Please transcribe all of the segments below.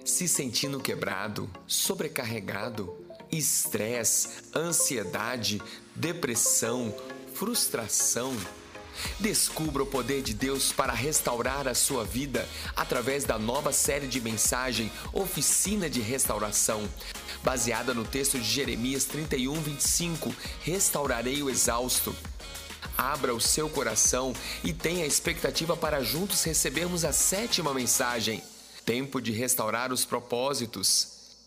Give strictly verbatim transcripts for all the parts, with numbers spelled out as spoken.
Se sentindo quebrado, sobrecarregado, estresse, ansiedade, depressão, frustração. Descubra o poder de Deus para restaurar a sua vida através da nova série de mensagem Oficina de Restauração, baseada no texto de Jeremias trinta e um, vinte e cinco, Restaurarei o exausto. Abra o seu coração e tenha a expectativa para juntos recebermos a sétima mensagem, Tempo de Restaurar os Propósitos.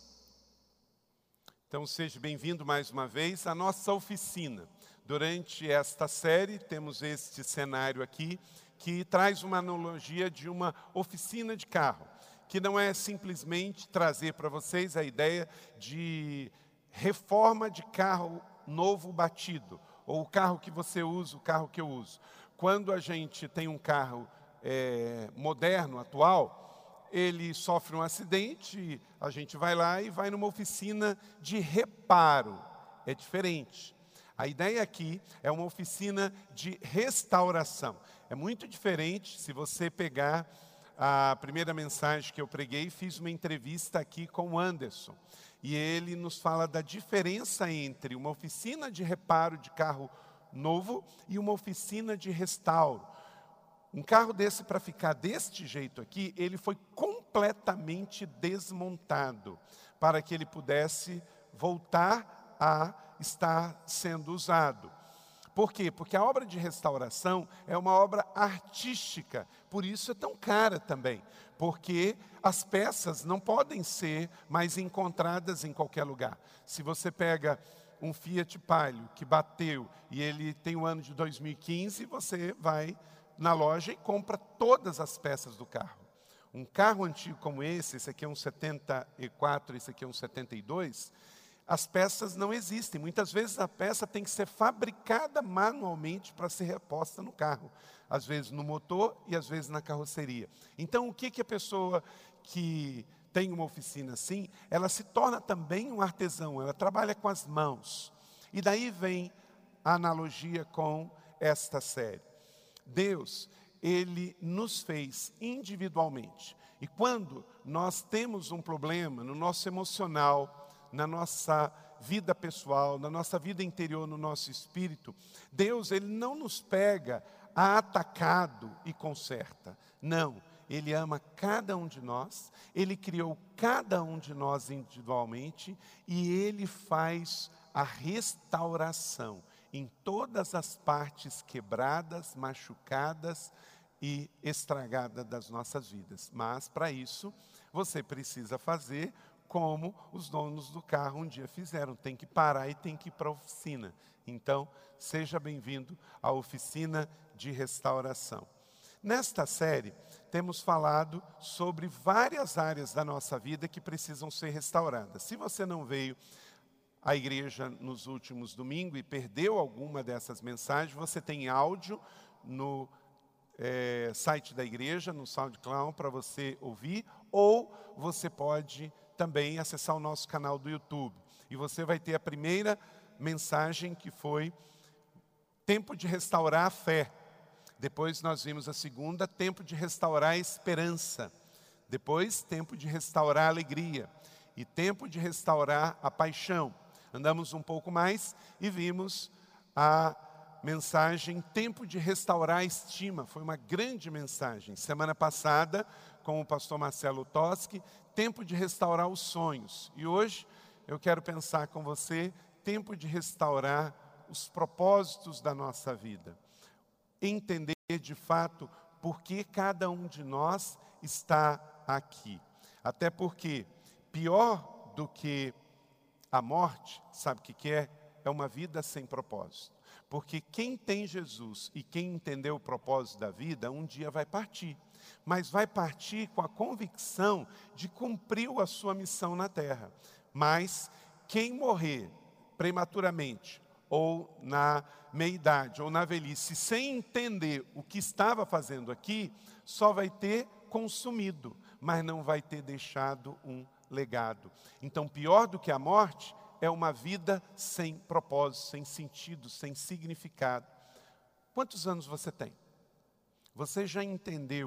Então seja bem-vindo mais uma vez à nossa oficina. Durante esta série temos este cenário aqui que traz uma analogia de uma oficina de carro, que não é simplesmente trazer para vocês a ideia de reforma de carro novo batido, ou o carro que você usa, o carro que eu uso. Quando a gente tem um carro é, moderno, atual, ele sofre um acidente, a gente vai lá e vai numa oficina de reparo. É diferente. A ideia aqui é uma oficina de restauração. É muito diferente se você pegar a primeira mensagem que eu preguei, fiz uma entrevista aqui com o Anderson. E ele nos fala da diferença entre uma oficina de reparo de carro novo e uma oficina de restauro. Um carro desse, para ficar deste jeito aqui, ele foi completamente desmontado para que ele pudesse voltar a estar sendo usado. Por quê? Porque a obra de restauração é uma obra artística, por isso é tão cara também, porque as peças não podem ser mais encontradas em qualquer lugar. Se você pega um Fiat Palio que bateu e ele tem o ano de dois mil e quinze, você vai na loja e compra todas as peças do carro. Um carro antigo como esse, esse aqui é um setenta e quatro, esse aqui é um setenta e dois, as peças não existem. Muitas vezes a peça tem que ser fabricada manualmente para ser reposta no carro. Às vezes no motor e às vezes na carroceria. Então o que, que a pessoa que tem uma oficina assim, ela se torna também um artesão, ela trabalha com as mãos. E daí vem a analogia com esta série. Deus, Ele nos fez individualmente. E quando nós temos um problema no nosso emocional, na nossa vida pessoal, na nossa vida interior, no nosso espírito, Deus, Ele não nos pega atacado e conserta. Não, Ele ama cada um de nós, Ele criou cada um de nós individualmente e Ele faz a restauração em todas as partes quebradas, machucadas e estragadas das nossas vidas. Mas, para isso, você precisa fazer como os donos do carro um dia fizeram. Tem que parar e tem que ir para a oficina. Então, seja bem-vindo à oficina de restauração. Nesta série, temos falado sobre várias áreas da nossa vida que precisam ser restauradas. Se você não veio à igreja nos últimos domingos e perdeu alguma dessas mensagens, você tem áudio no é, site da igreja, no SoundCloud, para você ouvir, ou você pode também acessar o nosso canal do YouTube. E você vai ter a primeira mensagem, que foi Tempo de Restaurar a Fé. Depois nós vimos a segunda, Tempo de Restaurar a Esperança. Depois, Tempo de Restaurar a Alegria. E Tempo de Restaurar a Paixão. Andamos um pouco mais e vimos a mensagem Tempo de Restaurar a Estima. Foi uma grande mensagem. Semana passada, com o pastor Marcelo Toschi, Tempo de Restaurar os Sonhos. E hoje eu quero pensar com você, tempo de restaurar os propósitos da nossa vida. Entender de fato por que cada um de nós está aqui. Até porque pior do que a morte, sabe o que que é? É uma vida sem propósito. Porque quem tem Jesus e quem entendeu o propósito da vida, um dia vai partir. Mas vai partir com a convicção de cumprir a sua missão na terra. Mas quem morrer prematuramente, ou na meia-idade, ou na velhice, sem entender o que estava fazendo aqui, só vai ter consumido, mas não vai ter deixado um legado. Então, pior do que a morte é uma vida sem propósito, sem sentido, sem significado. Quantos anos você tem? Você já entendeu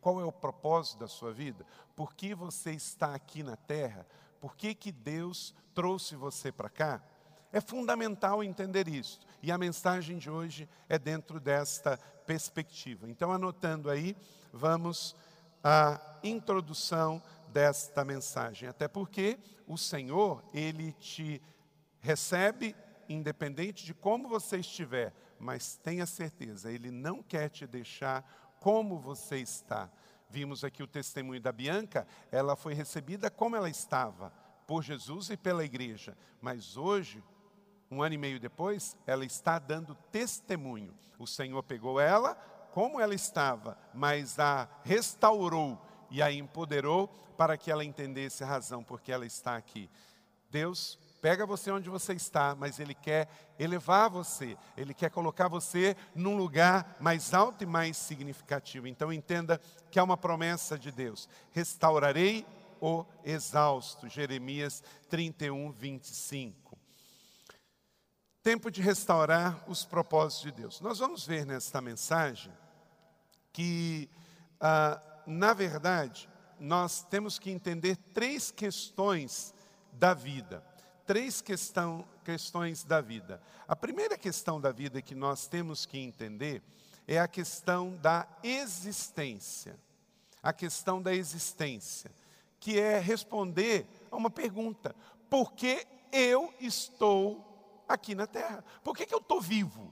qual é o propósito da sua vida, por que você está aqui na terra, por que que Deus trouxe você para cá, é fundamental entender isso. E a mensagem de hoje é dentro desta perspectiva. Então, anotando aí, vamos à introdução desta mensagem. Até porque o Senhor, Ele te recebe independente de como você estiver, mas tenha certeza, Ele não quer te deixar como você está. Vimos aqui o testemunho da Bianca, ela foi recebida como ela estava, por Jesus e pela igreja. Mas hoje, um ano e meio depois, ela está dando testemunho. O Senhor pegou ela como ela estava, mas a restaurou e a empoderou para que ela entendesse a razão por que ela está aqui. Deus pega você onde você está, mas Ele quer elevar você. Ele quer colocar você num lugar mais alto e mais significativo. Então entenda que há uma promessa de Deus. Restaurarei o exausto. Jeremias trinta e um, vinte e cinco. Tempo de restaurar os propósitos de Deus. Nós vamos ver nesta mensagem que, ah, na verdade, nós temos que entender três questões da vida. Três questão, questões da vida. A primeira questão da vida que nós temos que entender é a questão da existência. A questão da existência, que é responder a uma pergunta: por que eu estou aqui na terra? Por que que eu estou vivo?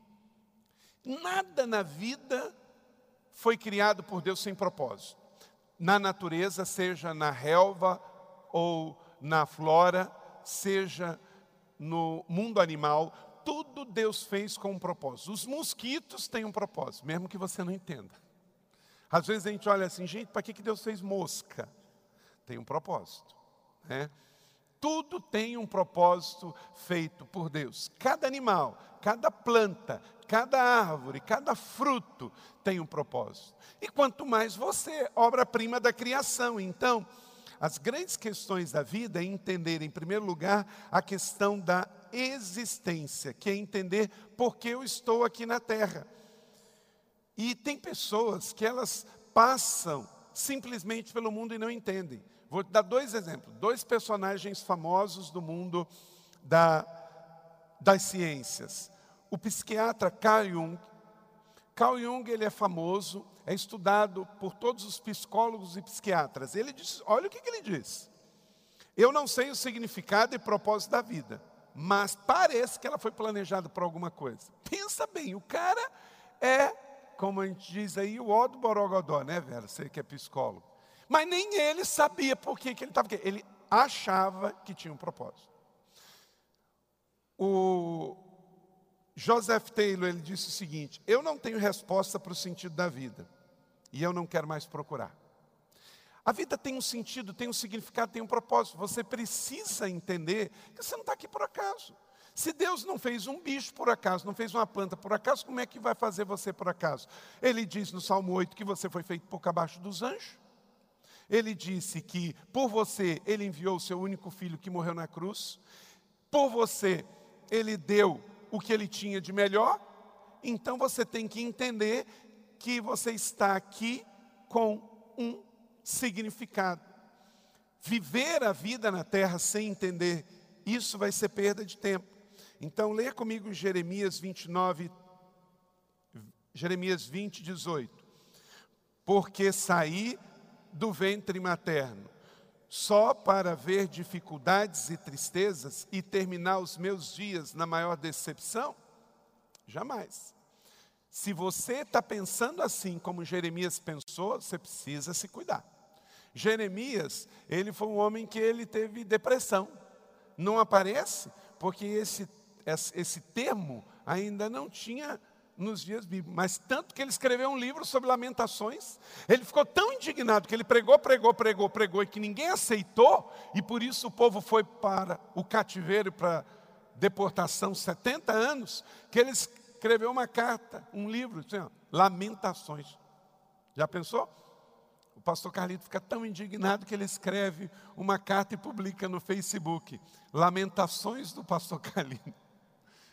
Nada na vida foi criado por Deus sem propósito. Na natureza, seja na relva ou na flora, seja no mundo animal, tudo Deus fez com um propósito. Os mosquitos têm um propósito, mesmo que você não entenda. Às vezes a gente olha assim, gente, para que que Deus fez mosca? Tem um propósito, né? Tudo tem um propósito feito por Deus. Cada animal, cada planta, cada árvore, cada fruto tem um propósito. E quanto mais você, obra-prima da criação. Então, as grandes questões da vida é entender, em primeiro lugar, a questão da existência, que é entender por que eu estou aqui na terra. E tem pessoas que elas passam simplesmente pelo mundo e não entendem. Vou dar dois exemplos, dois personagens famosos do mundo da, das ciências. O psiquiatra Carl Jung. Carl Jung, ele é famoso, é estudado por todos os psicólogos e psiquiatras. Ele diz, olha o que, que ele diz. Eu não sei o significado e propósito da vida, mas parece que ela foi planejada por alguma coisa. Pensa bem, o cara é, como a gente diz aí, o ó do borogodó, né, Vera? Você que é psicólogo. Mas nem ele sabia por que, que ele estava aqui. Ele achava que tinha um propósito. O Joseph Taylor, ele disse o seguinte: eu não tenho resposta para o sentido da vida. E eu não quero mais procurar. A vida tem um sentido, tem um significado, tem um propósito. Você precisa entender que você não está aqui por acaso. Se Deus não fez um bicho por acaso, não fez uma planta por acaso, como é que vai fazer você por acaso? Ele diz no Salmo oito que você foi feito por abaixo dos anjos. Ele disse que por você Ele enviou o seu único filho que morreu na cruz. Por você Ele deu o que Ele tinha de melhor. Então você tem que entender que você está aqui com um significado. Viver a vida na terra sem entender isso vai ser perda de tempo. Então leia comigo Jeremias vinte e nove, Jeremias vinte, dezoito. Porque saí do ventre materno, só para ver dificuldades e tristezas e terminar os meus dias na maior decepção? Jamais. Se você está pensando assim como Jeremias pensou, você precisa se cuidar. Jeremias, ele foi um homem que ele teve depressão. Não aparece porque esse, esse termo ainda não tinha nos dias bíblicos, mas tanto que ele escreveu um livro sobre lamentações. Ele ficou tão indignado que ele pregou, pregou, pregou, pregou e que ninguém aceitou, e por isso o povo foi para o cativeiro, para deportação, setenta anos, que ele escreveu uma carta, um livro, assim, ó, Lamentações. Já pensou? O pastor Carlito fica tão indignado que ele escreve uma carta e publica no Facebook, Lamentações do pastor Carlito.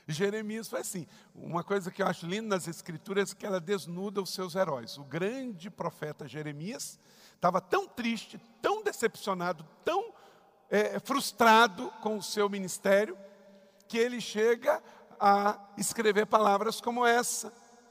Jeremias foi assim. Uma coisa que eu acho linda nas Escrituras é que ela desnuda os seus heróis. O grande profeta Jeremias estava tão triste, tão decepcionado, tão é, frustrado com o seu ministério, que ele chega a escrever palavras como essa.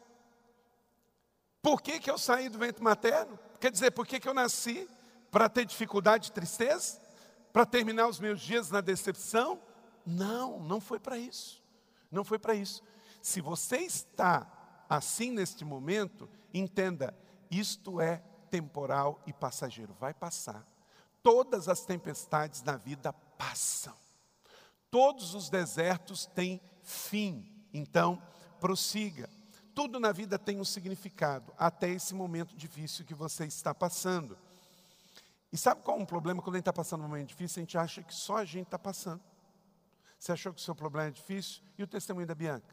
Por que que eu saí do ventre materno? Quer dizer, por que que eu nasci? Para ter dificuldade e tristeza? Para terminar os meus dias na decepção? Não, não foi para isso. Não foi para isso. Se você está assim neste momento, entenda, isto é temporal e passageiro, vai passar. Todas as tempestades na vida passam. Todos os desertos têm fim. Então, prossiga. Tudo na vida tem um significado, até esse momento difícil que você está passando. E sabe qual é um problema? Quando a gente está passando um momento difícil, a gente acha que só a gente está passando. Você achou que o seu problema é difícil? E o testemunho da Bianca?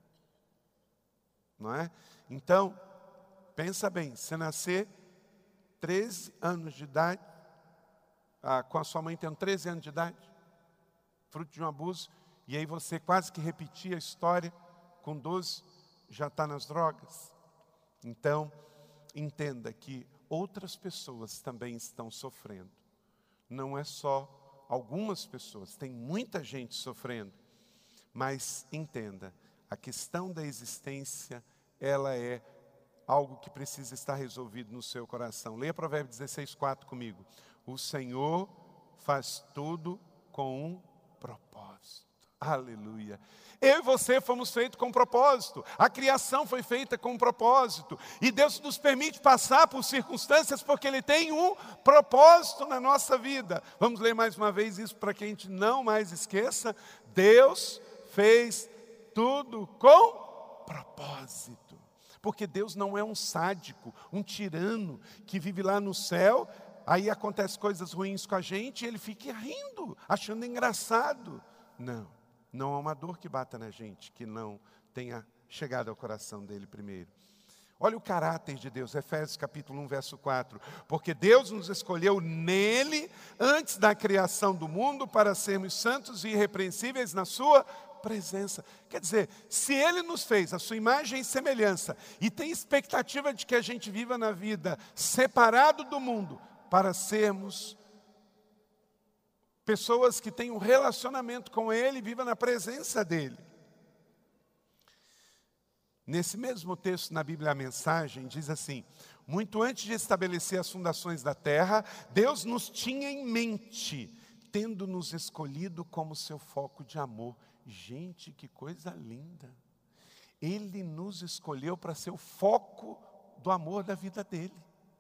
Não é? Então, pensa bem, você nascer treze anos de idade, ah, com a sua mãe tendo treze anos de idade, fruto de um abuso, e aí você quase que repetia a história, com doze, já está nas drogas. Então, entenda que outras pessoas também estão sofrendo. Não é só algumas pessoas, tem muita gente sofrendo. Mas entenda, a questão da existência, ela é algo que precisa estar resolvido no seu coração. Leia Provérbios dezesseis, quatro comigo. O Senhor faz tudo com um propósito. Aleluia. Eu e você fomos feitos com um propósito. A criação foi feita com um propósito. E Deus nos permite passar por circunstâncias porque Ele tem um propósito na nossa vida. Vamos ler mais uma vez isso para que a gente não mais esqueça. Deus fez tudo com propósito. Porque Deus não é um sádico, um tirano que vive lá no céu. Aí acontecem coisas ruins com a gente e Ele fica rindo, achando engraçado. Não. Não há uma dor que bata na gente, que não tenha chegado ao coração dele primeiro. Olha o caráter de Deus, Efésios capítulo um, verso quatro. Porque Deus nos escolheu nele, antes da criação do mundo, para sermos santos e irrepreensíveis na sua presença. Quer dizer, se Ele nos fez a sua imagem e semelhança, e tem expectativa de que a gente viva na vida separado do mundo, para sermos pessoas que têm um relacionamento com Ele e vivam na presença dEle. Nesse mesmo texto, na Bíblia, a mensagem diz assim: muito antes de estabelecer as fundações da terra, Deus nos tinha em mente, tendo nos escolhido como seu foco de amor. Gente, que coisa linda! Ele nos escolheu para ser o foco do amor da vida dEle.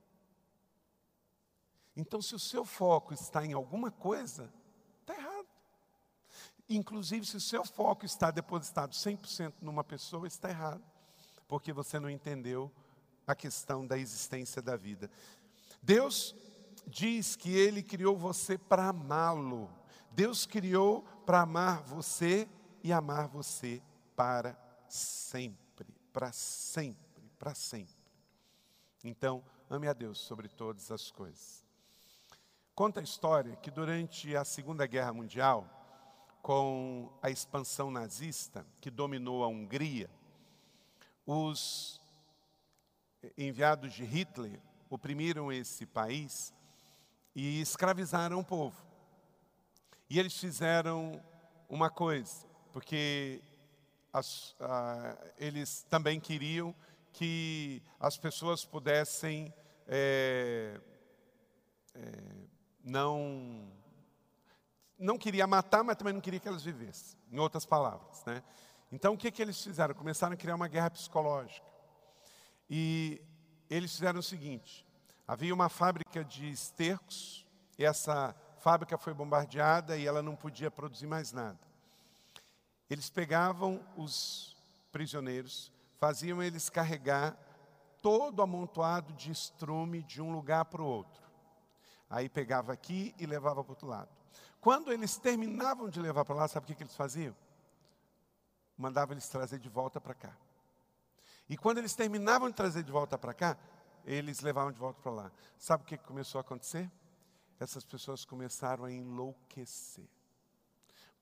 Então, se o seu foco está em alguma coisa, está errado. Inclusive, se o seu foco está depositado cem por cento numa pessoa, está errado. Porque você não entendeu a questão da existência da vida. Deus diz que Ele criou você para amá-lo. Deus criou para amar você e amar você para sempre. Para sempre, para sempre. Então, ame a Deus sobre todas as coisas. Conta a história que durante a Segunda Guerra Mundial, com a expansão nazista que dominou a Hungria, os enviados de Hitler oprimiram esse país e escravizaram o povo. E eles fizeram uma coisa, porque as, ah, eles também queriam que as pessoas pudessem é, é, não, não queria matar, mas também não queria que elas vivessem, em outras palavras, né? Então, o que, que eles fizeram? Começaram a criar uma guerra psicológica. E eles fizeram o seguinte: havia uma fábrica de estercos, e essa fábrica foi bombardeada e ela não podia produzir mais nada. Eles pegavam os prisioneiros, faziam eles carregar todo o amontoado de estrume de um lugar para o outro. Aí pegava aqui e levava para o outro lado. Quando eles terminavam de levar para lá, sabe o que, que eles faziam? Mandavam eles trazer de volta para cá. E quando eles terminavam de trazer de volta para cá, eles levavam de volta para lá. Sabe o que começou a acontecer? Essas pessoas começaram a enlouquecer.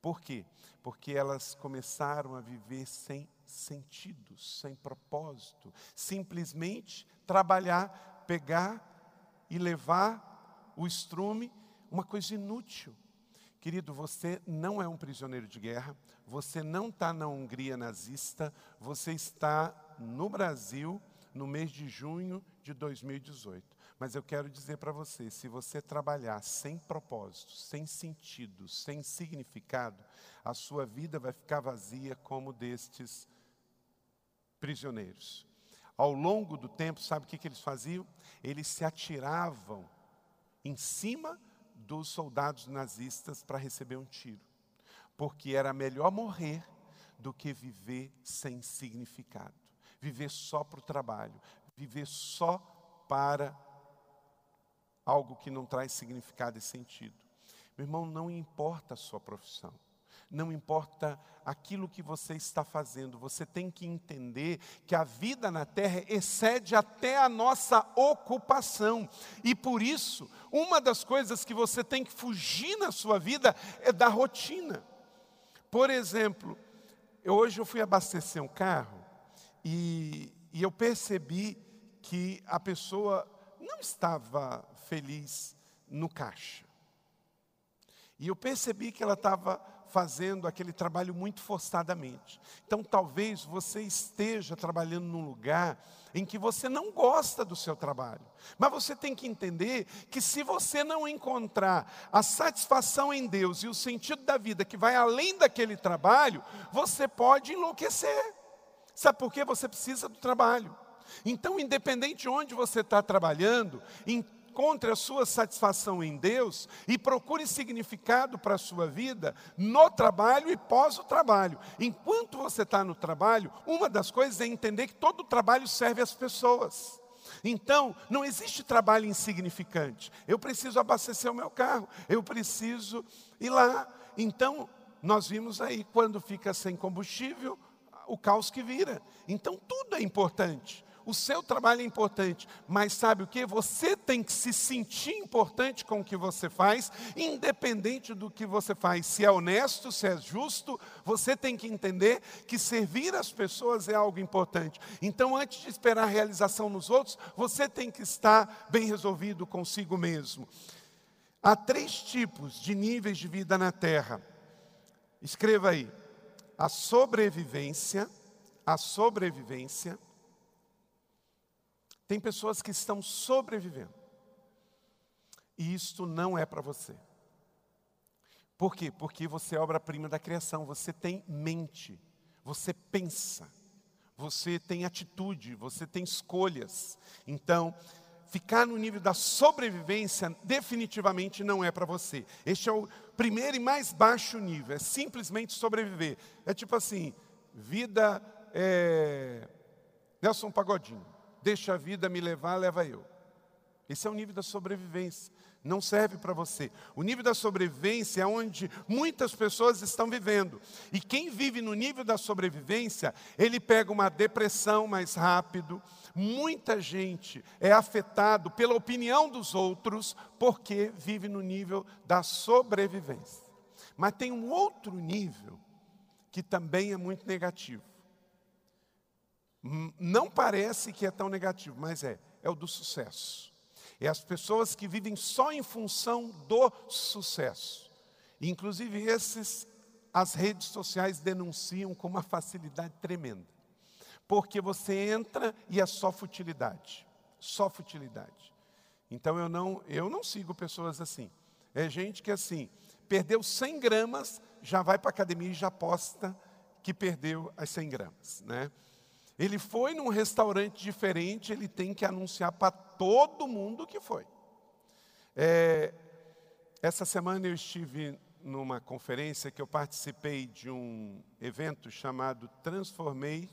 Por quê? Porque elas começaram a viver sem sentido, sem propósito. Simplesmente trabalhar, pegar e levar o estrume, uma coisa inútil. Querido, você não é um prisioneiro de guerra, você não está na Hungria nazista, você está no Brasil no mês de junho de dois mil e dezoito. Mas eu quero dizer para você, se você trabalhar sem propósito, sem sentido, sem significado, a sua vida vai ficar vazia como destes prisioneiros. Ao longo do tempo, sabe o que, que eles faziam? Eles se atiravam em cima dos soldados nazistas para receber um tiro. Porque era melhor morrer do que viver sem significado. Viver só para o trabalho. Viver só para algo que não traz significado e sentido. Meu irmão, não importa a sua profissão. Não importa aquilo que você está fazendo, você tem que entender que a vida na terra excede até a nossa ocupação. E por isso, uma das coisas que você tem que fugir na sua vida é da rotina. Por exemplo, hoje eu fui abastecer um carro e, e eu percebi que a pessoa não estava feliz no caixa. E eu percebi que ela estava fazendo aquele trabalho muito forçadamente. Então, talvez você esteja trabalhando num lugar em que você não gosta do seu trabalho. Mas você tem que entender que se você não encontrar a satisfação em Deus e o sentido da vida que vai além daquele trabalho, você pode enlouquecer. Sabe por quê? Você precisa do trabalho. Então, independente de onde você está trabalhando, encontre a sua satisfação em Deus e procure significado para a sua vida no trabalho e pós o trabalho. Enquanto você está no trabalho, uma das coisas é entender que todo trabalho serve às pessoas. Então, não existe trabalho insignificante. Eu preciso abastecer o meu carro, eu preciso ir lá. Então, nós vimos aí, quando fica sem combustível, o caos que vira. Então, tudo é importante. O seu trabalho é importante, mas sabe o que? Você tem que se sentir importante com o que você faz, independente do que você faz. Se é honesto, se é justo, você tem que entender que servir as pessoas é algo importante. Então, antes de esperar a realização nos outros, você tem que estar bem resolvido consigo mesmo. Há três tipos de níveis de vida na Terra. Escreva aí. A sobrevivência, a sobrevivência. Tem pessoas que estão sobrevivendo. E isto não é para você. Por quê? Porque você é obra-prima da criação. Você tem mente. Você pensa. Você tem atitude. Você tem escolhas. Então, ficar no nível da sobrevivência definitivamente não é para você. Este é o primeiro e mais baixo nível. É simplesmente sobreviver. É tipo assim, vida é... Nelson Pagodinho. Deixa a vida me levar, leva eu. Esse é o nível da sobrevivência. Não serve para você. O nível da sobrevivência é onde muitas pessoas estão vivendo. E quem vive no nível da sobrevivência, ele pega uma depressão mais rápido. Muita gente é afetado pela opinião dos outros, porque vive no nível da sobrevivência. Mas tem um outro nível que também é muito negativo. Não parece que é tão negativo, mas é. É o do sucesso. É as pessoas que vivem só em função do sucesso. Inclusive esses, as redes sociais denunciam com uma facilidade tremenda. Porque você entra e é só futilidade. Só futilidade. Então eu não, eu não sigo pessoas assim. É gente que assim, perdeu cem gramas, já vai para a academia e já posta que perdeu as cem gramas, né? Ele foi num restaurante diferente, ele tem que anunciar para todo mundo que foi. É, essa semana eu estive numa conferência que eu participei de um evento chamado Transformation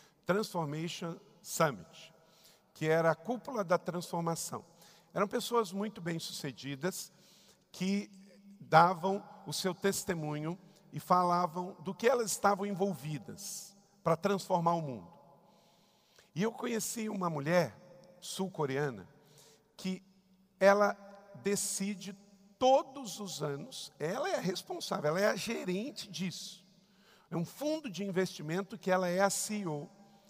Summit, que era a cúpula da transformação. Eram pessoas muito bem-sucedidas que davam o seu testemunho e falavam do que elas estavam envolvidas para transformar o mundo. E eu conheci uma mulher sul-coreana que ela decide todos os anos, ela é a responsável, ela é a gerente disso. É um fundo de investimento que ela é a C E O,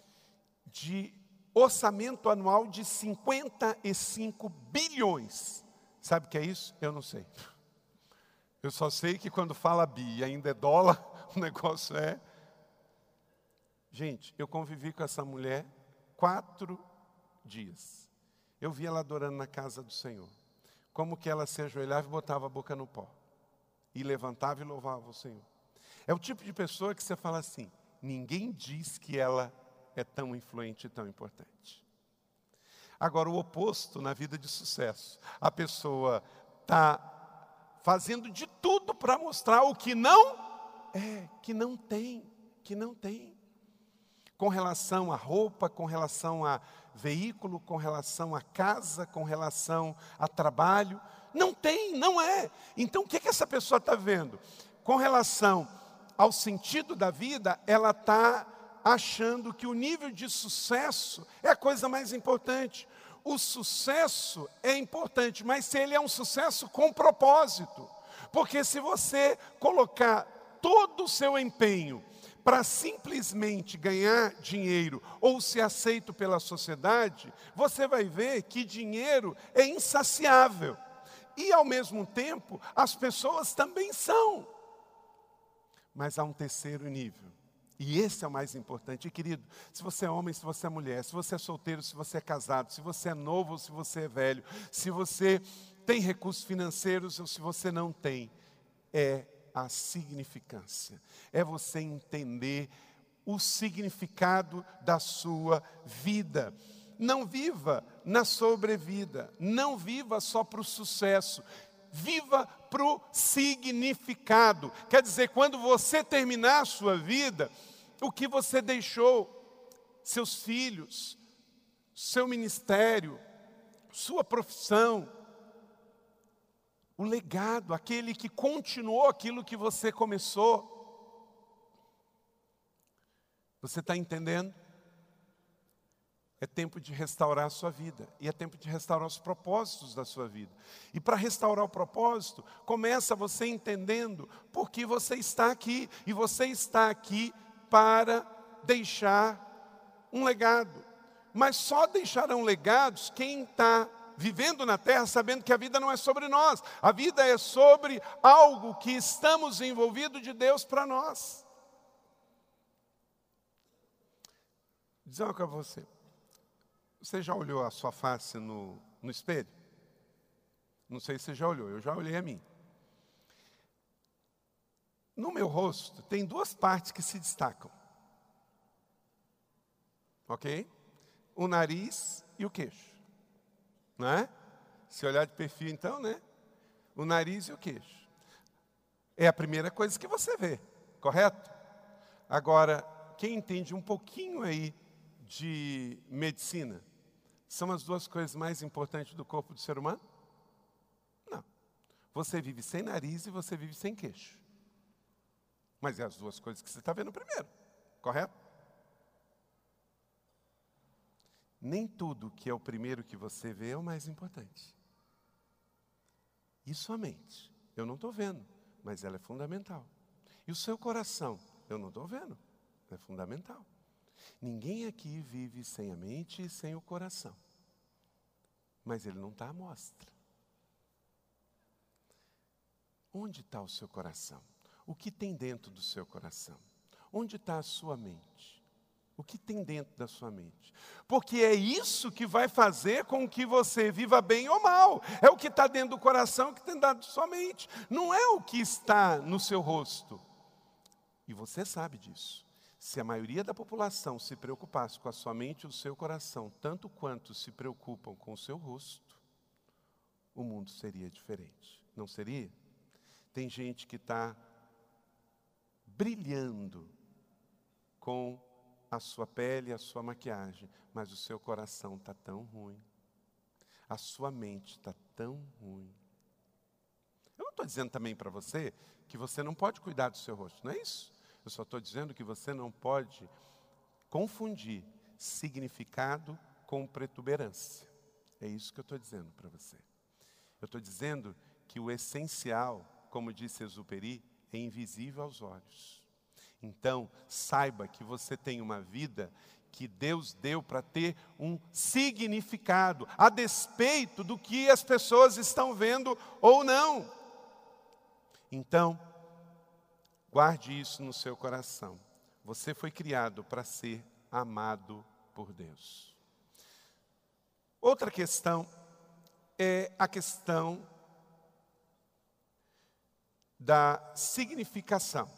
de orçamento anual de cinquenta e cinco bilhões. Sabe o que é isso? Eu não sei. Eu só sei que quando fala bi e ainda é dólar, o negócio é... Gente, eu convivi com essa mulher quatro dias. Eu vi ela adorando na casa do Senhor. Como que ela se ajoelhava e botava a boca no pó. E levantava e louvava o Senhor. É o tipo de pessoa que você fala assim, ninguém diz que ela é tão influente e tão importante. Agora, o oposto na vida de sucesso. A pessoa está fazendo de tudo para mostrar o que não é, que não tem, que não tem. Com relação à roupa, com relação a veículo, com relação a casa, com relação a trabalho. Não tem, não é. Então, o que, que essa pessoa está vendo? Com relação ao sentido da vida, ela está achando que o nível de sucesso é a coisa mais importante. O sucesso é importante, mas se ele é um sucesso com propósito. Porque se você colocar todo o seu empenho para simplesmente ganhar dinheiro ou ser aceito pela sociedade, você vai ver que dinheiro é insaciável. E ao mesmo tempo, as pessoas também são. Mas há um terceiro nível. E esse é o mais importante. E, querido, se você é homem, se você é mulher, se você é solteiro, se você é casado, se você é novo ou se você é velho, se você tem recursos financeiros ou se você não tem, é a significância. É você entender o significado da sua vida. Não viva na sobrevida. Não viva só para o sucesso. Viva para o significado. Quer dizer, quando você terminar a sua vida, o que você deixou, seus filhos, seu ministério, sua profissão, o legado, aquele que continuou aquilo que você começou. Você está entendendo? É tempo de restaurar a sua vida. E é tempo de restaurar os propósitos da sua vida. E para restaurar o propósito, começa você entendendo por que você está aqui. E você está aqui para deixar um legado. Mas só deixarão legados quem está vivendo na terra sabendo que a vida não é sobre nós. A vida é sobre algo que estamos envolvidos de Deus para nós. Vou dizer uma coisa para você. Você já olhou a sua face no, no espelho? Não sei se você já olhou, eu já olhei a mim. No meu rosto tem duas partes que se destacam. Ok? O nariz e o queixo. Não é? Se olhar de perfil então, né? O nariz e o queixo. É a primeira coisa que você vê, correto? Agora, quem entende um pouquinho aí de medicina, são as duas coisas mais importantes do corpo do ser humano? Não. Você vive sem nariz e você vive sem queixo. Mas é as duas coisas que você está vendo primeiro, correto? Nem tudo que é o primeiro que você vê é o mais importante. E sua mente? Eu não estou vendo, mas ela é fundamental. E o seu coração? Eu não estou vendo, é fundamental. Ninguém aqui vive sem a mente e sem o coração. Mas ele não está à mostra. Onde está o seu coração? O que tem dentro do seu coração? Onde está a sua mente? O que tem dentro da sua mente? Porque é isso que vai fazer com que você viva bem ou mal. É o que está dentro do coração que tem dentro da sua mente. Não é o que está no seu rosto. E você sabe disso. Se a maioria da população se preocupasse com a sua mente e o seu coração, tanto quanto se preocupam com o seu rosto, o mundo seria diferente. Não seria? Tem gente que está brilhando com a sua pele, a sua maquiagem, mas o seu coração está tão ruim. A sua mente está tão ruim. Eu não estou dizendo também para você que você não pode cuidar do seu rosto, não é isso? Eu só estou dizendo que você não pode confundir significado com protuberância. É isso que eu estou dizendo para você. Eu estou dizendo que o essencial, como disse Exupéry, é invisível aos olhos. Então, saiba que você tem uma vida que Deus deu para ter um significado, a despeito do que as pessoas estão vendo ou não. Então, guarde isso no seu coração. Você foi criado para ser amado por Deus. Outra questão é a questão da significação.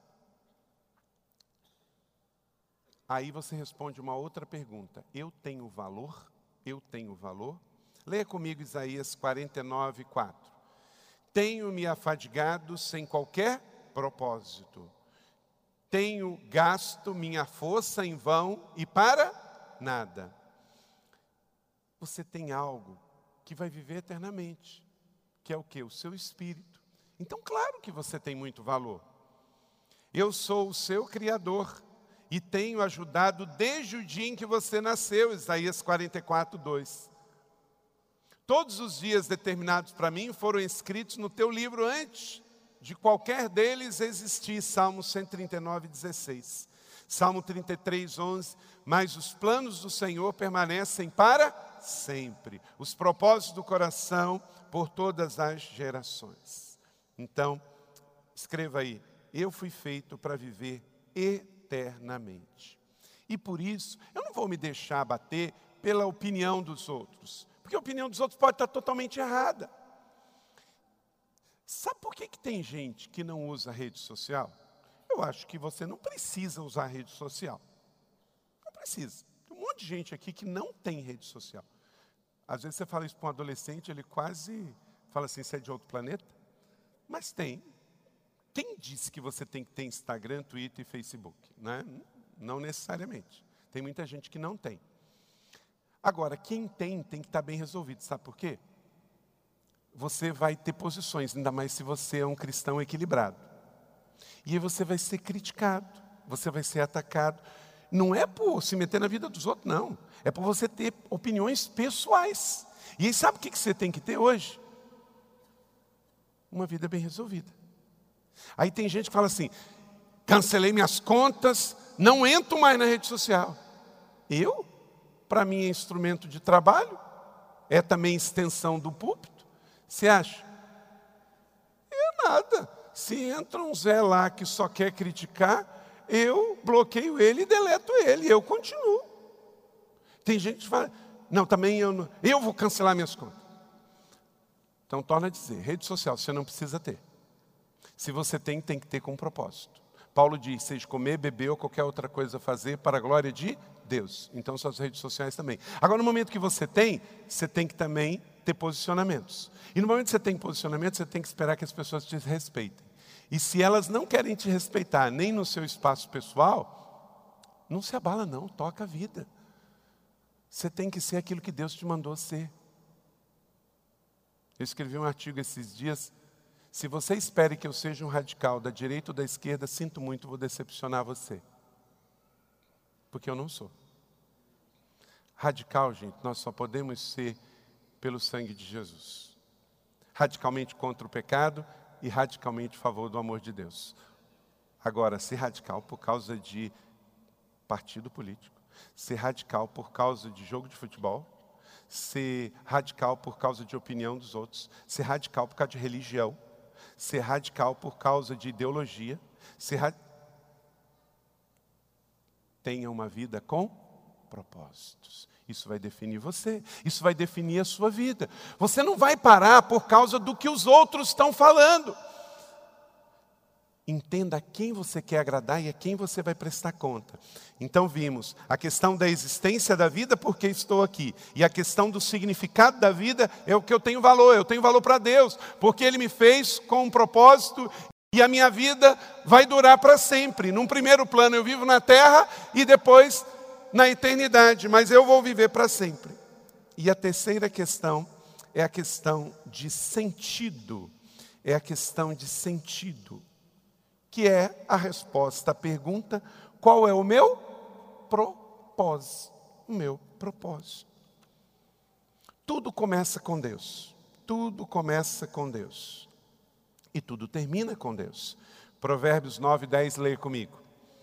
Aí você responde uma outra pergunta. Eu tenho valor? Eu tenho valor? Leia comigo Isaías quarenta e nove, quatro. Tenho-me afadigado sem qualquer propósito. Tenho gasto minha força em vão e para nada. Você tem algo que vai viver eternamente, que é o quê? O seu espírito. Então, claro que você tem muito valor. Eu sou o seu Criador e tenho ajudado desde o dia em que você nasceu, Isaías quarenta e quatro, dois. Todos os dias determinados para mim foram escritos no teu livro antes de qualquer deles existir, Salmo cento e trinta e nove, dezesseis. Salmo trinta e três, onze. Mas os planos do Senhor permanecem para sempre. Os propósitos do coração por todas as gerações. Então, escreva aí. Eu fui feito para viver eternamente. E por isso, eu não vou me deixar abater pela opinião dos outros. Porque a opinião dos outros pode estar totalmente errada. Sabe por que, que tem gente que não usa rede social? Eu acho que você não precisa usar rede social. Não precisa. Tem um monte de gente aqui que não tem rede social. Às vezes você fala isso para um adolescente, ele quase fala assim, você é de outro planeta? Mas tem. Quem disse que você tem que ter Instagram, Twitter e Facebook? Né? Não necessariamente. Tem muita gente que não tem. Agora, quem tem, tem que estar bem resolvido. Sabe por quê? Você vai ter posições, ainda mais se você é um cristão equilibrado. E aí você vai ser criticado, você vai ser atacado. Não é por se meter na vida dos outros, não. É por você ter opiniões pessoais. E aí sabe o que você tem que ter hoje? Uma vida bem resolvida. Aí tem gente que fala assim, cancelei minhas contas, não entro mais na rede social. Eu? Para mim é instrumento de trabalho, é também extensão do púlpito. Você acha? É nada. Se entra um Zé lá que só quer criticar, eu bloqueio ele e deleto ele, eu continuo. Tem gente que fala, não, também eu não, eu vou cancelar minhas contas. Então, torna a dizer, rede social você não precisa ter. Se você tem, tem que ter com propósito. Paulo diz, seja comer, beber ou qualquer outra coisa fazer para a glória de Deus. Então, suas redes sociais também. Agora, no momento que você tem, você tem que também ter posicionamentos. E no momento que você tem posicionamento, você tem que esperar que as pessoas te respeitem. E se elas não querem te respeitar, nem no seu espaço pessoal, não se abala não, toca a vida. Você tem que ser aquilo que Deus te mandou ser. Eu escrevi um artigo esses dias. Se você espere que eu seja um radical da direita ou da esquerda, sinto muito, vou decepcionar você. Porque eu não sou. Radical, gente, nós só podemos ser pelo sangue de Jesus. Radicalmente contra o pecado e radicalmente a favor do amor de Deus. Agora, ser radical por causa de partido político, ser radical por causa de jogo de futebol, ser radical por causa de opinião dos outros, ser radical por causa de religião, ser radical por causa de ideologia, ser ra... Tenha uma vida com propósitos. Isso vai definir você, isso vai definir a sua vida. Você não vai parar por causa do que os outros estão falando. Entenda a quem você quer agradar e a quem você vai prestar conta. Então vimos a questão da existência da vida, porque estou aqui. E a questão do significado da vida é o que eu tenho valor. Eu tenho valor para Deus, porque Ele me fez com um propósito e a minha vida vai durar para sempre. Num primeiro plano eu vivo na terra e depois na eternidade, mas eu vou viver para sempre. E a terceira questão é a questão de sentido. É a questão de sentido. Que é a resposta à pergunta, qual é o meu propósito? O meu propósito. Tudo começa com Deus. tudo começa com Deus e tudo termina com Deus. Provérbios nove, dez, leia comigo.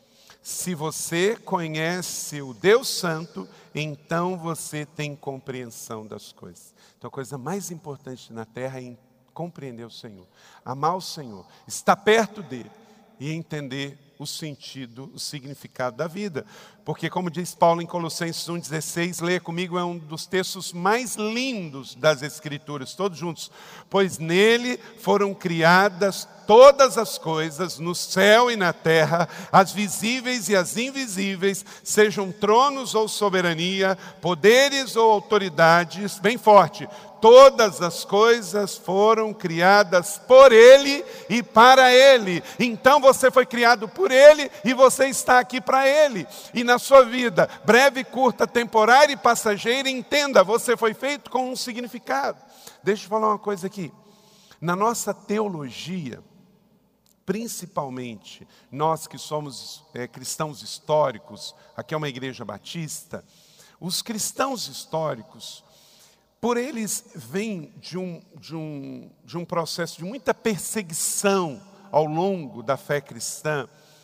Se você conhece o Deus Santo, então você tem compreensão das coisas. Então a coisa mais importante na terra é compreender o Senhor, amar o Senhor, estar perto dele e entender o sentido, o significado da vida. Porque, como diz Paulo em Colossenses um, dezesseis, leia comigo, é um dos textos mais lindos das Escrituras, todos juntos. Pois nele foram criadas todas as coisas, no céu e na terra, as visíveis e as invisíveis, sejam tronos ou soberania, poderes ou autoridades, bem forte. Todas as coisas foram criadas por Ele e para Ele. Então você foi criado por Ele e você está aqui para Ele. E na sua vida, breve, curta, temporária e passageira, entenda, você foi feito com um significado. Deixa eu falar uma coisa aqui. Na nossa teologia, principalmente nós que somos é, cristãos históricos, aqui é uma igreja batista, os cristãos históricos, por eles vêm de um, de, um, de um processo de muita perseguição ao longo da fé cristã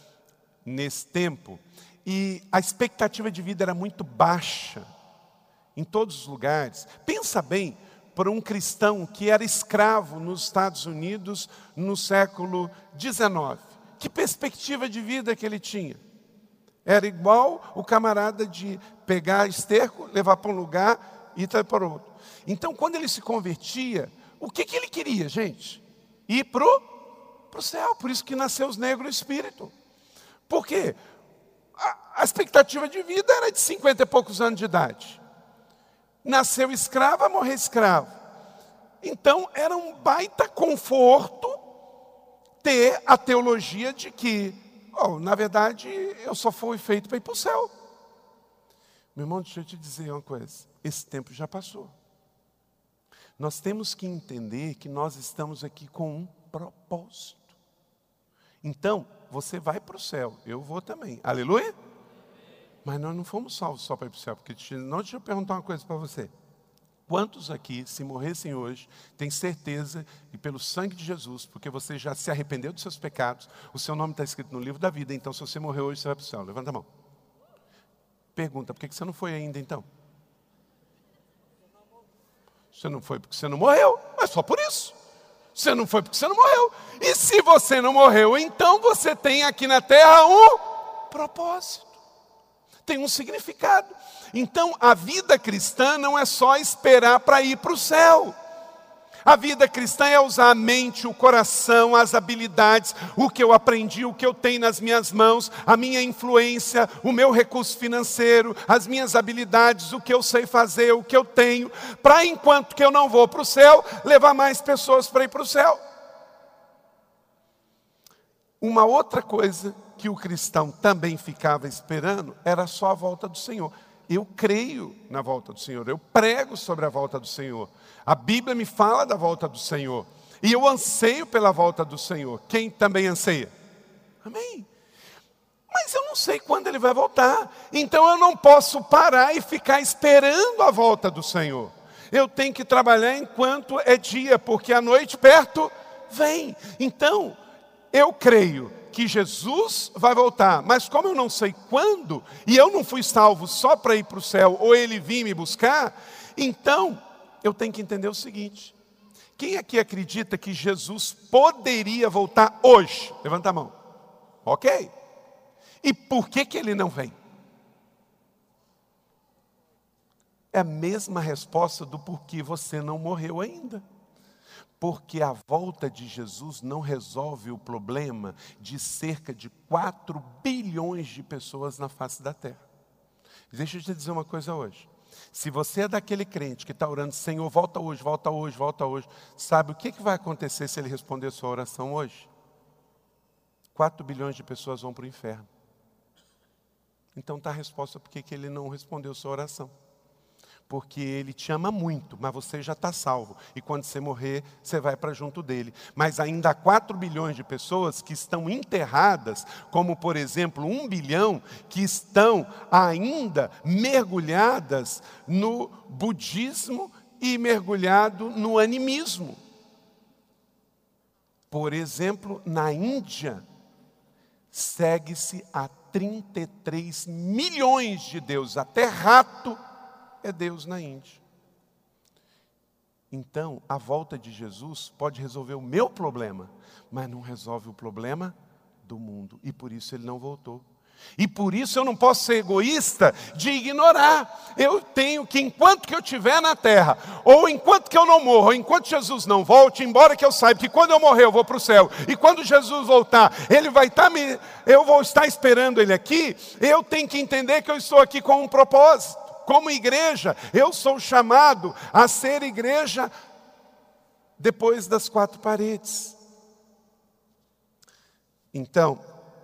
nesse tempo, e a expectativa de vida era muito baixa em todos os lugares. Pensa bem, para um cristão que era escravo nos Estados Unidos no século dezenove, que perspectiva de vida que ele tinha? Era igual o camarada de pegar esterco, levar para um lugar e ir para outro. Então, quando ele se convertia, o que, que ele queria, gente? Ir para o céu. Por isso que nasceu os negros espírito. Por quê? A, a expectativa de vida era de cinquenta e poucos anos de idade. Nasceu escravo, vai morrer escravo. Então, era um baita conforto ter a teologia de que, oh, na verdade, eu só fui feito para ir para o céu. Meu irmão, deixa eu te dizer uma coisa. Esse tempo já passou. Nós temos que entender que nós estamos aqui com um propósito. Então, você vai para o céu, eu vou também. Aleluia? Mas nós não fomos salvos só para ir para o céu. Porque, não, deixa eu perguntar uma coisa para você. Quantos aqui, se morressem hoje, têm certeza que pelo sangue de Jesus, porque você já se arrependeu dos seus pecados, o seu nome está escrito no livro da vida, então se você morrer hoje, você vai para o céu. Levanta a mão. Pergunta, por que você não foi ainda então? Você não foi porque você não morreu, é só por isso. Você não foi porque você não morreu. E se você não morreu, então você tem aqui na terra um propósito. Tem um significado. Então, a vida cristã não é só esperar para ir para o céu. A vida cristã é usar a mente, o coração, as habilidades, o que eu aprendi, o que eu tenho nas minhas mãos, a minha influência, o meu recurso financeiro, as minhas habilidades, o que eu sei fazer, o que eu tenho, para enquanto que eu não vou para o céu, levar mais pessoas para ir para o céu. Uma outra coisa que o cristão também ficava esperando era só a volta do Senhor. Eu creio na volta do Senhor, eu prego sobre a volta do Senhor. A Bíblia me fala da volta do Senhor. E eu anseio pela volta do Senhor. Quem também anseia? Amém. Mas eu não sei quando Ele vai voltar. Então eu não posso parar e ficar esperando a volta do Senhor. Eu tenho que trabalhar enquanto é dia, porque a noite perto vem. Então, eu creio que Jesus vai voltar, mas como eu não sei quando, e eu não fui salvo só para ir para o céu, ou Ele vir me buscar, então eu tenho que entender o seguinte: quem aqui acredita que Jesus poderia voltar hoje? Levanta a mão. Ok. E por que que Ele não vem? É a mesma resposta do porquê você não morreu ainda. Porque a volta de Jesus não resolve o problema de cerca de quatro bilhões de pessoas na face da terra. Deixa eu te dizer uma coisa hoje. Se você é daquele crente que está orando, Senhor, volta hoje, volta hoje, volta hoje, sabe o que, que vai acontecer se Ele responder a sua oração hoje? quatro bilhões de pessoas vão para o inferno. Então está a resposta por que Ele não respondeu a sua oração. Porque Ele te ama muito, mas você já está salvo. E quando você morrer, você vai para junto dEle. Mas ainda há quatro bilhões de pessoas que estão enterradas, como por exemplo um bilhão, que estão ainda mergulhadas no budismo e mergulhado no animismo. Por exemplo, na Índia, segue-se a trinta e três milhões de deuses. Até rato é Deus na Índia. Então, a volta de Jesus pode resolver o meu problema, mas não resolve o problema do mundo. E por isso ele não voltou. E por isso eu não posso ser egoísta de ignorar. Eu tenho que, enquanto que eu estiver na terra, ou enquanto que eu não morro, ou enquanto Jesus não volte, embora que eu saiba que quando eu morrer eu vou para o céu, e quando Jesus voltar, ele vai estar me, eu vou estar esperando ele aqui, eu tenho que entender que eu estou aqui com um propósito. Como igreja, eu sou chamado a ser igreja depois das quatro paredes. Então,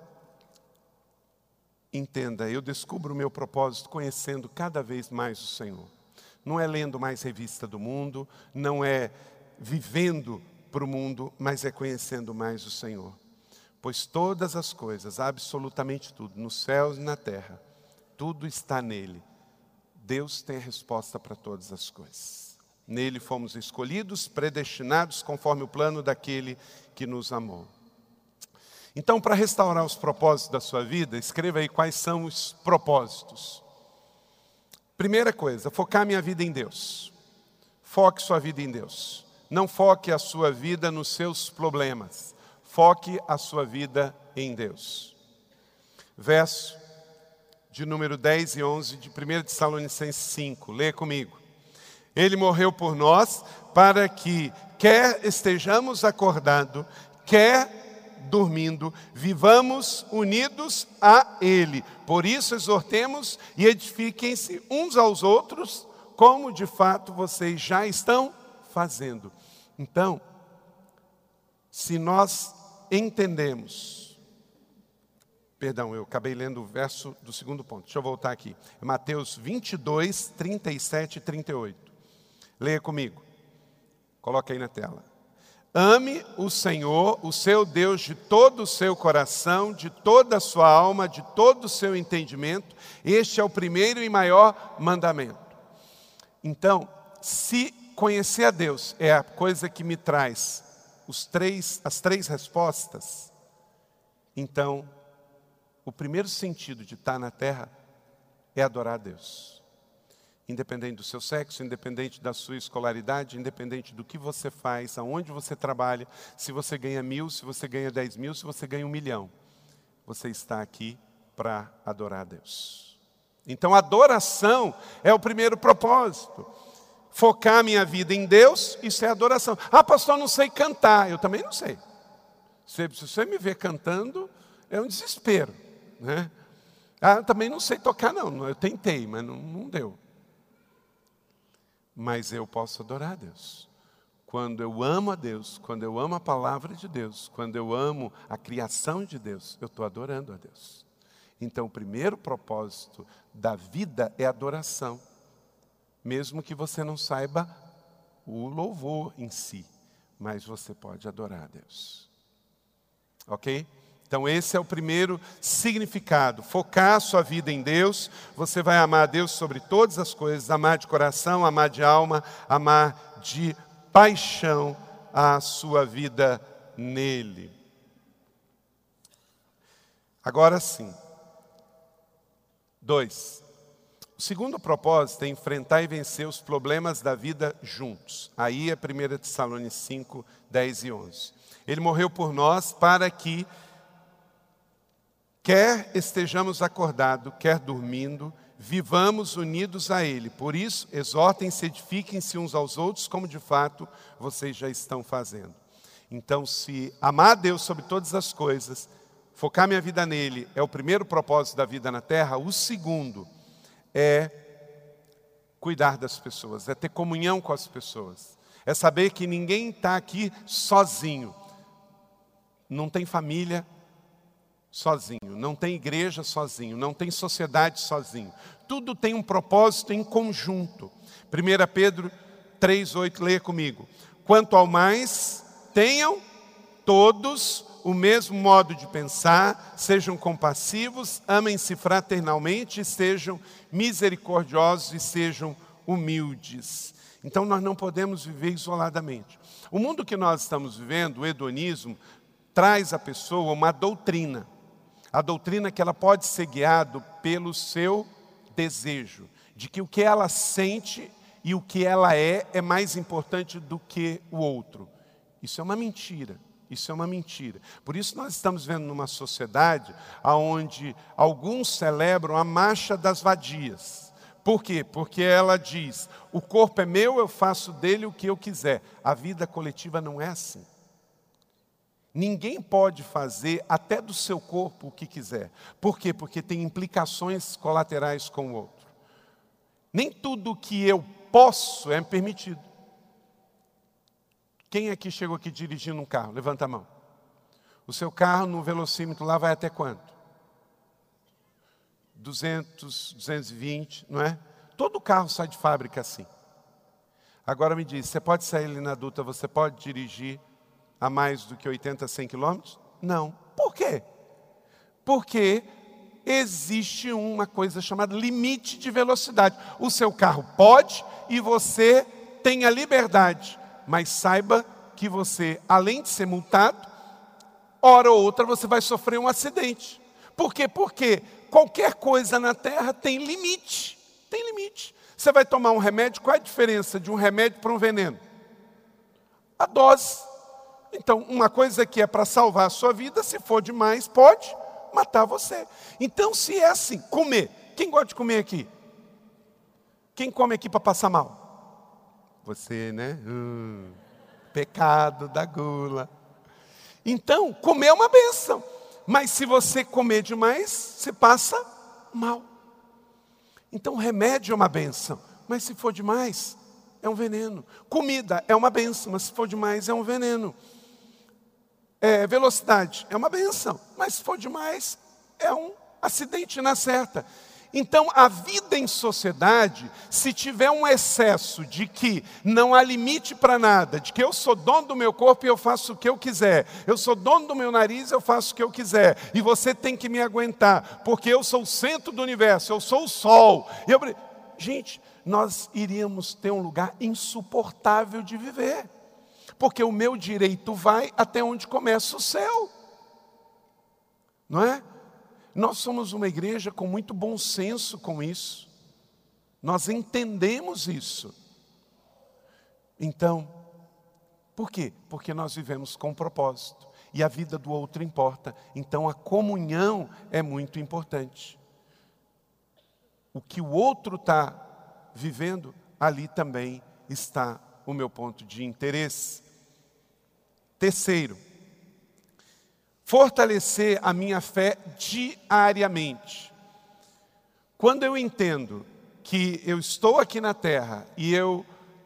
entenda, eu descubro o meu propósito conhecendo cada vez mais o Senhor. Não é lendo mais revista do mundo, não é vivendo para o mundo, mas é conhecendo mais o Senhor. Pois todas as coisas, absolutamente tudo, nos céus e na terra, tudo está nele. Deus tem a resposta para todas as coisas. Nele fomos escolhidos, predestinados, conforme o plano daquele que nos amou. Então, para restaurar os propósitos da sua vida, escreva aí quais são os propósitos. Primeira coisa, focar minha vida em Deus. Foque sua vida em Deus. Não foque a sua vida nos seus problemas. Foque a sua vida em Deus. Verso de número dez e onze de primeira Tessalonicenses cinco. Leia comigo. Ele morreu por nós para que, quer estejamos acordados, quer dormindo, vivamos unidos a Ele. Por isso exortemos e edifiquem-se uns aos outros, como de fato vocês já estão fazendo. Então, se nós entendemos, perdão, eu acabei lendo o verso do segundo ponto, deixa eu voltar aqui, Mateus vinte e dois, trinta e sete e trinta e oito, leia comigo, coloca aí na tela. Ame o Senhor, o seu Deus, de todo o seu coração, de toda a sua alma, de todo o seu entendimento. Este é o primeiro e maior mandamento. Então, se conhecer a Deus é a coisa que me traz os três, as três respostas, então, o primeiro sentido de estar na terra é adorar a Deus. Independente do seu sexo, independente da sua escolaridade, independente do que você faz, aonde você trabalha, se você ganha mil, se você ganha dez mil, se você ganha um milhão. Você está aqui para adorar a Deus. Então, adoração é o primeiro propósito. Focar minha vida em Deus, isso é adoração. Ah, pastor, eu não sei cantar. Eu também não sei. Se você me ver cantando, é um desespero, né? Ah, eu também não sei tocar, não. Eu tentei, mas não, não deu. Mas eu posso adorar a Deus. Quando eu amo a Deus, quando eu amo a palavra de Deus, quando eu amo a criação de Deus, eu estou adorando a Deus. Então, o primeiro propósito da vida é adoração. Mesmo que você não saiba o louvor em si, mas você pode adorar a Deus. Ok? Então esse é o primeiro significado, focar a sua vida em Deus. Você vai amar a Deus sobre todas as coisas, amar de coração, amar de alma, amar de paixão a sua vida nele. Agora sim, dois. O segundo propósito é enfrentar e vencer os problemas da vida juntos. Aí é primeira Tessalonicenses cinco, dez e onze. Ele morreu por nós para que, quer estejamos acordados, quer dormindo, vivamos unidos a Ele. Por isso, exortem-se, edifiquem-se uns aos outros, como de fato vocês já estão fazendo. Então, se amar a Deus sobre todas as coisas, focar minha vida nele, é o primeiro propósito da vida na terra. O segundo é cuidar das pessoas, é ter comunhão com as pessoas. É saber que ninguém está aqui sozinho. Não tem família sozinho, não tem igreja sozinho, não tem sociedade sozinho. Tudo tem um propósito em conjunto. primeira Pedro três, oito, leia comigo. Quanto ao mais, tenham todos o mesmo modo de pensar, sejam compassivos, amem-se fraternalmente, sejam misericordiosos e sejam humildes. Então nós não podemos viver isoladamente. O mundo que nós estamos vivendo, o hedonismo, traz à pessoa uma doutrina. A doutrina que ela pode ser guiada pelo seu desejo, de que o que ela sente e o que ela é é mais importante do que o outro. Isso é uma mentira. Isso é uma mentira. Por isso nós estamos vendo numa sociedade onde alguns celebram a marcha das vadias. Por quê? Porque ela diz, o corpo é meu, eu faço dele o que eu quiser. A vida coletiva não é assim. Ninguém pode fazer até do seu corpo o que quiser. Por quê? Porque tem implicações colaterais com o outro. Nem tudo que eu posso é permitido. Quem aqui chegou aqui dirigindo um carro? Levanta a mão. O seu carro no velocímetro lá vai até quanto? duzentos, duzentos e vinte, não é? Todo carro sai de fábrica assim. Agora me diz, você pode sair ali na adulta, você pode dirigir a mais do que oitenta, cem quilômetros? Não. Por quê? Porque existe uma coisa chamada limite de velocidade. O seu carro pode e você tem a liberdade. Mas saiba que você, além de ser multado, hora ou outra você vai sofrer um acidente. Por quê? Porque qualquer coisa na terra tem limite. Tem limite. Você vai tomar um remédio, qual é a diferença de um remédio para um veneno? A dose. Então, uma coisa que é para salvar a sua vida, se for demais, pode matar você. Então, se é assim, comer. Quem gosta de comer aqui? Quem come aqui para passar mal? Você, né? Hum, pecado da gula. Então, comer é uma bênção. Mas se você comer demais, você passa mal. Então, remédio é uma bênção. Mas se for demais, é um veneno. Comida é uma bênção, mas se for demais, é um veneno. É, velocidade é uma bênção, mas se for demais, é um acidente na certa. Então, a vida em sociedade, se tiver um excesso de que não há limite para nada, de que eu sou dono do meu corpo e eu faço o que eu quiser, eu sou dono do meu nariz e eu faço o que eu quiser, e você tem que me aguentar, porque eu sou o centro do universo, eu sou o sol. Eu... Gente, nós iríamos ter um lugar insuportável de viver, porque o meu direito vai até onde começa o céu, não é? Nós somos uma igreja com muito bom senso com isso. Nós entendemos isso. Então, por quê? Porque nós vivemos com propósito. E a vida do outro importa. Então, a comunhão é muito importante. O que o outro está vivendo, ali também está o meu ponto de interesse. Terceiro, fortalecer a minha fé diariamente. Quando eu entendo que eu estou aqui na terra e eu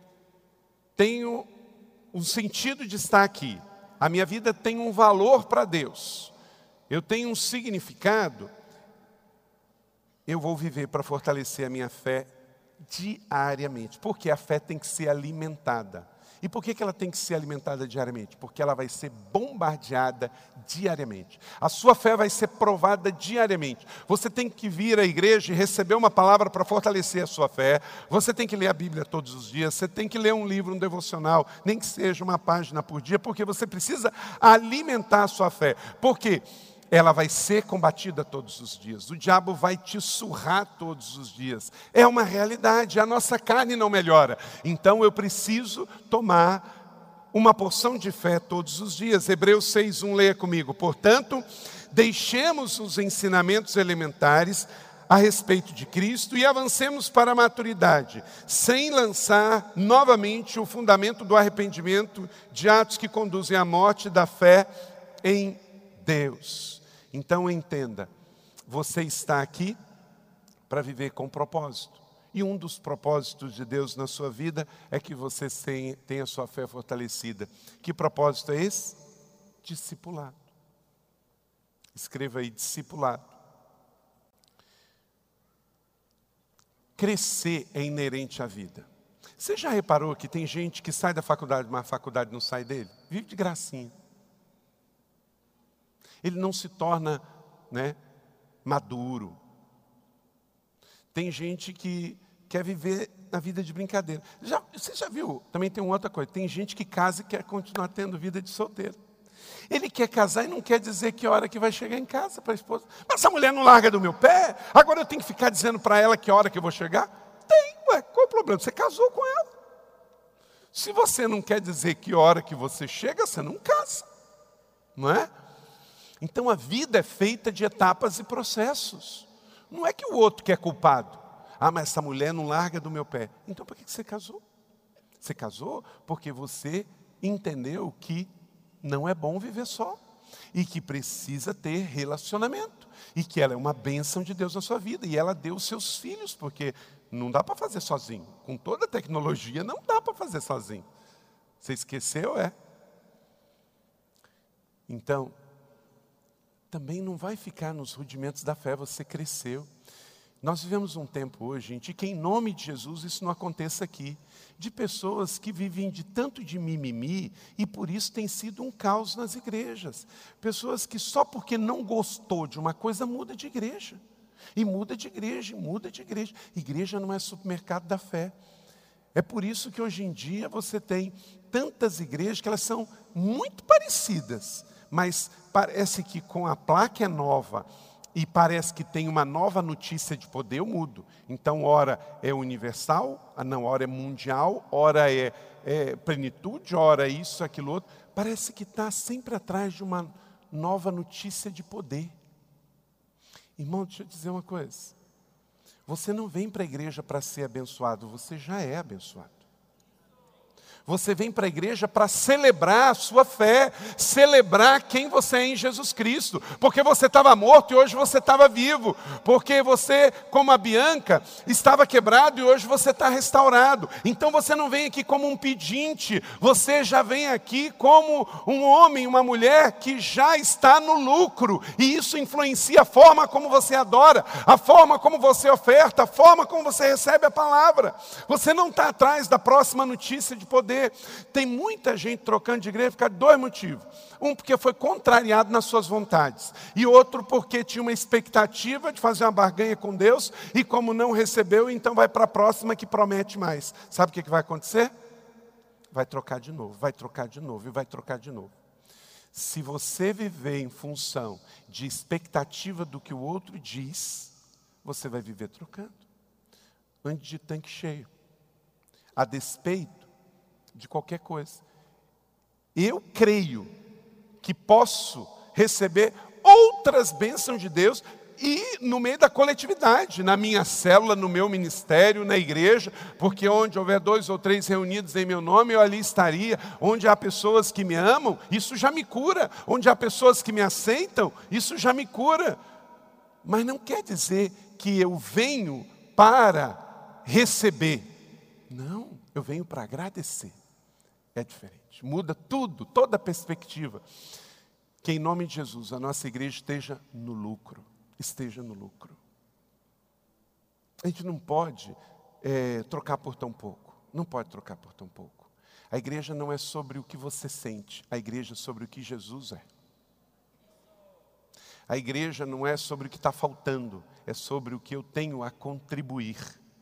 tenho um sentido de estar aqui, a minha vida tem um valor para Deus, eu tenho um significado, eu vou viver para fortalecer a minha fé diariamente. Porque a fé tem que ser alimentada. E por que que ela tem que ser alimentada diariamente? Porque ela vai ser bombardeada diariamente. A sua fé vai ser provada diariamente. Você tem que vir à igreja e receber uma palavra para fortalecer a sua fé. Você tem que ler a Bíblia todos os dias. Você tem que ler um livro, um devocional, nem que seja uma página por dia, porque você precisa alimentar a sua fé. Por quê? Ela vai ser combatida todos os dias. O diabo vai te surrar todos os dias. É uma realidade, a nossa carne não melhora. Então eu preciso tomar uma porção de fé todos os dias. Hebreus seis, um, leia comigo. Portanto, deixemos os ensinamentos elementares a respeito de Cristo e avancemos para a maturidade, sem lançar novamente o fundamento do arrependimento de atos que conduzem à morte da fé em Deus. Então entenda, você está aqui para viver com propósito. E um dos propósitos de Deus na sua vida é que você tenha a sua fé fortalecida. Que propósito é esse? Discipulado. Escreva aí, discipulado. Crescer é inerente à vida. Você já reparou que tem gente que sai da faculdade, mas a faculdade não sai dele? Vive de gracinha. Ele não se torna, né, maduro. Tem gente que quer viver na vida de brincadeira. Já, você já viu? Também tem uma outra coisa. Tem gente que casa e quer continuar tendo vida de solteiro. Ele quer casar e não quer dizer que hora que vai chegar em casa para a esposa. Mas essa mulher não larga do meu pé? Agora eu tenho que ficar dizendo para ela que hora que eu vou chegar? Tem, ué, qual é o problema? Você casou com ela. Se você não quer dizer que hora que você chega, você não casa. Não é? Então a vida é feita de etapas e processos. Não é que o outro que é culpado. Ah, mas essa mulher não larga do meu pé. Então por que você casou? Você casou porque você entendeu que não é bom viver só. E que precisa ter relacionamento. E que ela é uma bênção de Deus na sua vida. E ela deu os seus filhos, porque não dá para fazer sozinho. Com toda a tecnologia, não dá para fazer sozinho. Você esqueceu, é? Então, também não vai ficar nos rudimentos da fé, você cresceu. Nós vivemos um tempo hoje, gente, que em nome de Jesus isso não aconteça aqui. De pessoas que vivem de tanto de mimimi e por isso tem sido um caos nas igrejas. Pessoas que só porque não gostou de uma coisa muda de igreja. E muda de igreja, e muda de igreja. Igreja não é supermercado da fé. É por isso que hoje em dia você tem tantas igrejas que elas são muito parecidas. Mas parece que com a placa é nova e parece que tem uma nova notícia de poder, eu mudo. Então, ora é universal, não, ora é mundial, ora é, é plenitude, ora é isso, aquilo outro. Parece que está sempre atrás de uma nova notícia de poder. Irmão, deixa eu dizer uma coisa. Você não vem para a igreja para ser abençoado, você já é abençoado. Você vem para a igreja para celebrar a sua fé, celebrar quem você é em Jesus Cristo. Porque você estava morto e hoje você estava vivo. Porque você, como a Bianca, estava quebrado e hoje você está restaurado. Então você não vem aqui como um pedinte, você já vem aqui como um homem, uma mulher que já está no lucro. E isso influencia a forma como você adora, a forma como você oferta, a forma como você recebe a palavra. Você não está atrás da próxima notícia de poder. Tem muita gente trocando de igreja por causa de dois motivos. Um, porque foi contrariado nas suas vontades. E outro, porque tinha uma expectativa de fazer uma barganha com Deus. E como não recebeu, então vai para a próxima que promete mais. Sabe o que vai acontecer? Vai trocar de novo, vai trocar de novo e vai trocar de novo. Se você viver em função de expectativa do que o outro diz, você vai viver trocando. Ande de tanque cheio. A despeito de qualquer coisa. Eu creio que posso receber outras bênçãos de Deus e no meio da coletividade, na minha célula, no meu ministério, na igreja, porque onde houver dois ou três reunidos em meu nome, eu ali estaria. Onde há pessoas que me amam, isso já me cura. Onde há pessoas que me aceitam, isso já me cura. Mas não quer dizer que eu venho para receber. Não, eu venho para agradecer. É diferente, muda tudo, toda a perspectiva. Que em nome de Jesus a nossa igreja esteja no lucro, esteja no lucro. A gente não pode é, trocar por tão pouco, não pode trocar por tão pouco. A igreja não é sobre o que você sente, a igreja é sobre o que Jesus é. A igreja não é sobre o que está faltando, é sobre o que eu tenho a contribuir.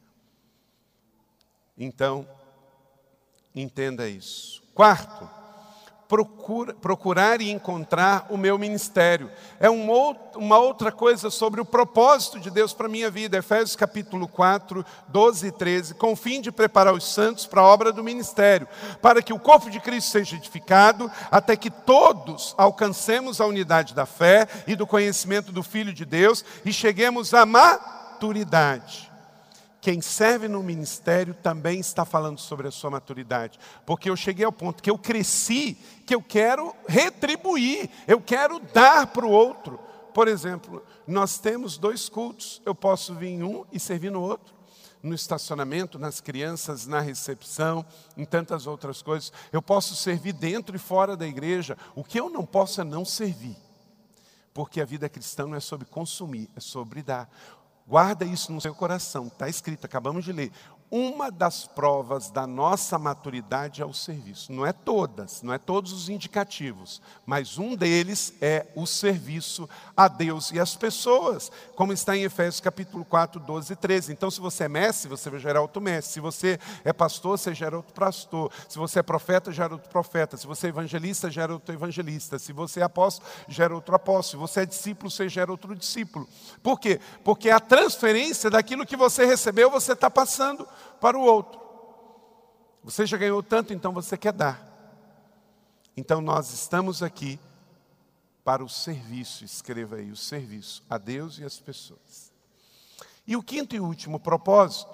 Então, entenda isso. Quarto, procura, procurar e encontrar o meu ministério. É um outro, uma outra coisa sobre o propósito de Deus para a minha vida. Efésios capítulo quatro, doze e treze. Com o fim de preparar os santos para a obra do ministério, para que o corpo de Cristo seja edificado, até que todos alcancemos a unidade da fé e do conhecimento do Filho de Deus e cheguemos à maturidade. Quem serve no ministério também está falando sobre a sua maturidade. Porque eu cheguei ao ponto que eu cresci, que eu quero retribuir, eu quero dar para o outro. Por exemplo, nós temos dois cultos, eu posso vir em um e servir no outro. No estacionamento, nas crianças, na recepção, em tantas outras coisas. Eu posso servir dentro e fora da igreja. O que eu não posso é não servir. Porque a vida cristã não é sobre consumir, é sobre dar. Guarda isso no seu coração, está escrito, acabamos de ler. uma das provas da nossa maturidade é o serviço. Não é todas, não é todos os indicativos, mas um deles é o serviço a Deus e às pessoas, como está em Efésios capítulo quatro, doze e treze. Então, se você é mestre, você vai gerar outro mestre. Se você é pastor, você gera outro pastor. Se você é profeta, gera outro profeta. Se você é evangelista, gera outro evangelista. Se você é apóstolo, gera outro apóstolo. Se você é discípulo, você gera outro discípulo. Por quê? Porque a transferência daquilo que você recebeu, você está passando para o outro. Você já ganhou tanto, então você quer dar. Então nós estamos aqui para o serviço, escreva aí, o serviço a Deus e às pessoas. E o quinto e último propósito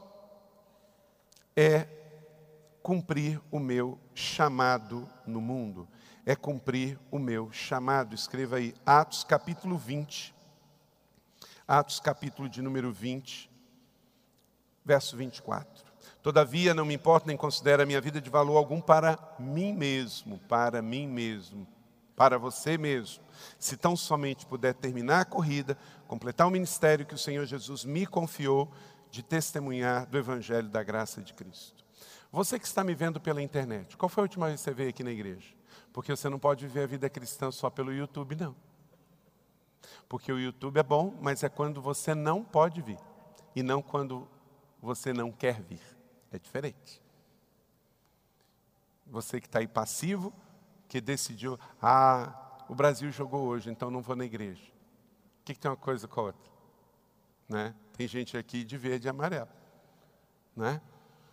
é cumprir o meu chamado no mundo. É cumprir o meu chamado. Escreva aí, Atos capítulo vinte. Atos capítulo de número vinte, verso vinte e quatro. Todavia não me importa nem considero a minha vida de valor algum para mim mesmo, para mim mesmo, para você mesmo. Se tão somente puder terminar a corrida, completar o ministério que o Senhor Jesus me confiou de testemunhar do Evangelho da graça de Cristo. Você que está me vendo pela internet, qual foi a última vez que você veio aqui na igreja? Porque você não pode viver a vida cristã só pelo YouTube, não. Porque o YouTube é bom, mas é quando você não pode vir. E não quando você não quer vir. É diferente. Você que está aí passivo, que decidiu, ah, o Brasil jogou hoje, então não vou na igreja. O que, que tem uma coisa com a outra? Né? Tem gente aqui de verde e amarelo. Né?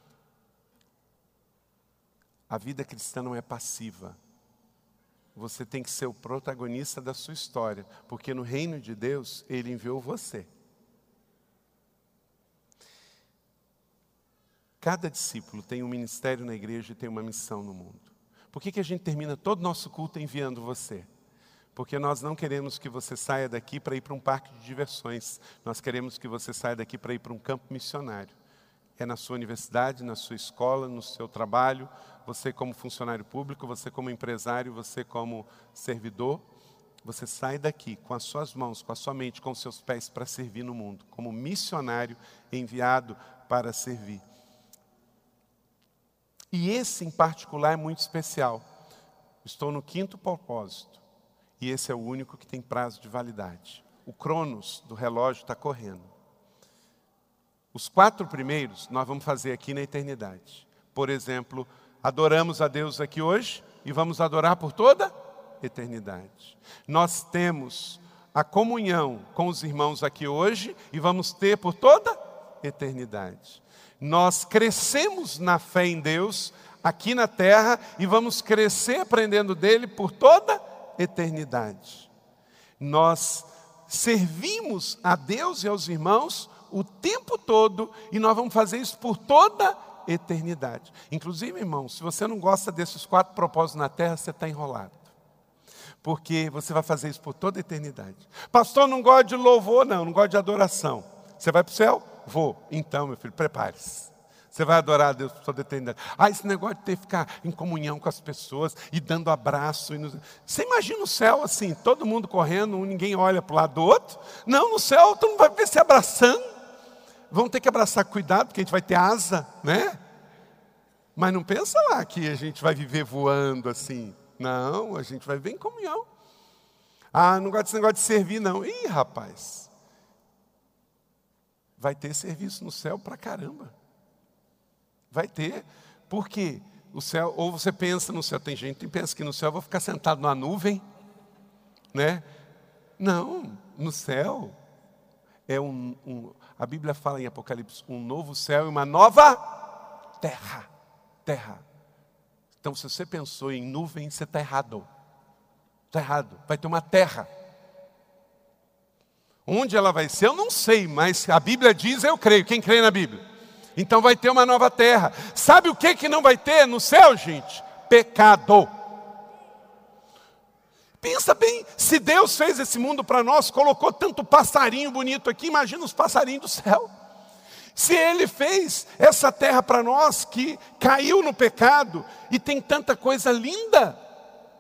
A vida cristã não é passiva. Você tem que ser o protagonista da sua história, porque no reino de Deus, Ele enviou você. Cada discípulo tem um ministério na igreja e tem uma missão no mundo. Por que que a gente termina todo o nosso culto enviando você? Porque nós não queremos que você saia daqui para ir para um parque de diversões. Nós queremos que você saia daqui para ir para um campo missionário. É na sua universidade, na sua escola, no seu trabalho, você como funcionário público, você como empresário, você como servidor, você sai daqui com as suas mãos, com a sua mente, com os seus pés para servir no mundo, como missionário enviado para servir. E esse em particular é muito especial. Estou no quinto propósito, e esse é o único que tem prazo de validade. O cronos do relógio está correndo. Os quatro primeiros nós vamos fazer aqui na eternidade. Por exemplo, adoramos a Deus aqui hoje e vamos adorar por toda a eternidade. Nós temos a comunhão com os irmãos aqui hoje e vamos ter por toda a eternidade. Nós crescemos na fé em Deus aqui na terra e vamos crescer aprendendo dele por toda a eternidade. Nós servimos a Deus e aos irmãos o tempo todo, e nós vamos fazer isso por toda a eternidade. Inclusive, irmão, se você não gosta desses quatro propósitos na terra, você está enrolado. Porque você vai fazer isso por toda a eternidade. Pastor, não gosta de louvor, não, não gosta de adoração. Você vai para o céu? Vou. Então, meu filho, prepare-se. Você vai adorar a Deus por toda a eternidade. Ah, esse negócio de ter que ficar em comunhão com as pessoas e dando abraço. E nos... Você imagina o céu assim, todo mundo correndo, ninguém olha para o lado do outro. Não, no céu todo mundo vai ver se abraçando. Vão ter que abraçar, cuidado, porque a gente vai ter asa, né? Mas não pensa lá que a gente vai viver voando assim. Não, a gente vai viver em comunhão. Ah, não gosto desse negócio de servir, não. Ih, rapaz. Vai ter serviço no céu pra caramba. Vai ter. Por quê? O céu, ou você pensa no céu, tem gente que pensa que no céu eu vou ficar sentado numa nuvem, né? Não, no céu é um, um, a Bíblia fala em Apocalipse, um novo céu e uma nova terra. Terra. Então, se você pensou em nuvem, você está errado. Está errado. Vai ter uma terra. Onde ela vai ser, eu não sei, mas a Bíblia diz, eu creio. Quem crê na Bíblia? Então vai ter uma nova terra. Sabe o que que não vai ter no céu, gente? Pecado. Pensa bem, se Deus fez esse mundo para nós, colocou tanto passarinho bonito aqui, imagina os passarinhos do céu. Se Ele fez essa terra para nós, que caiu no pecado, e tem tanta coisa linda.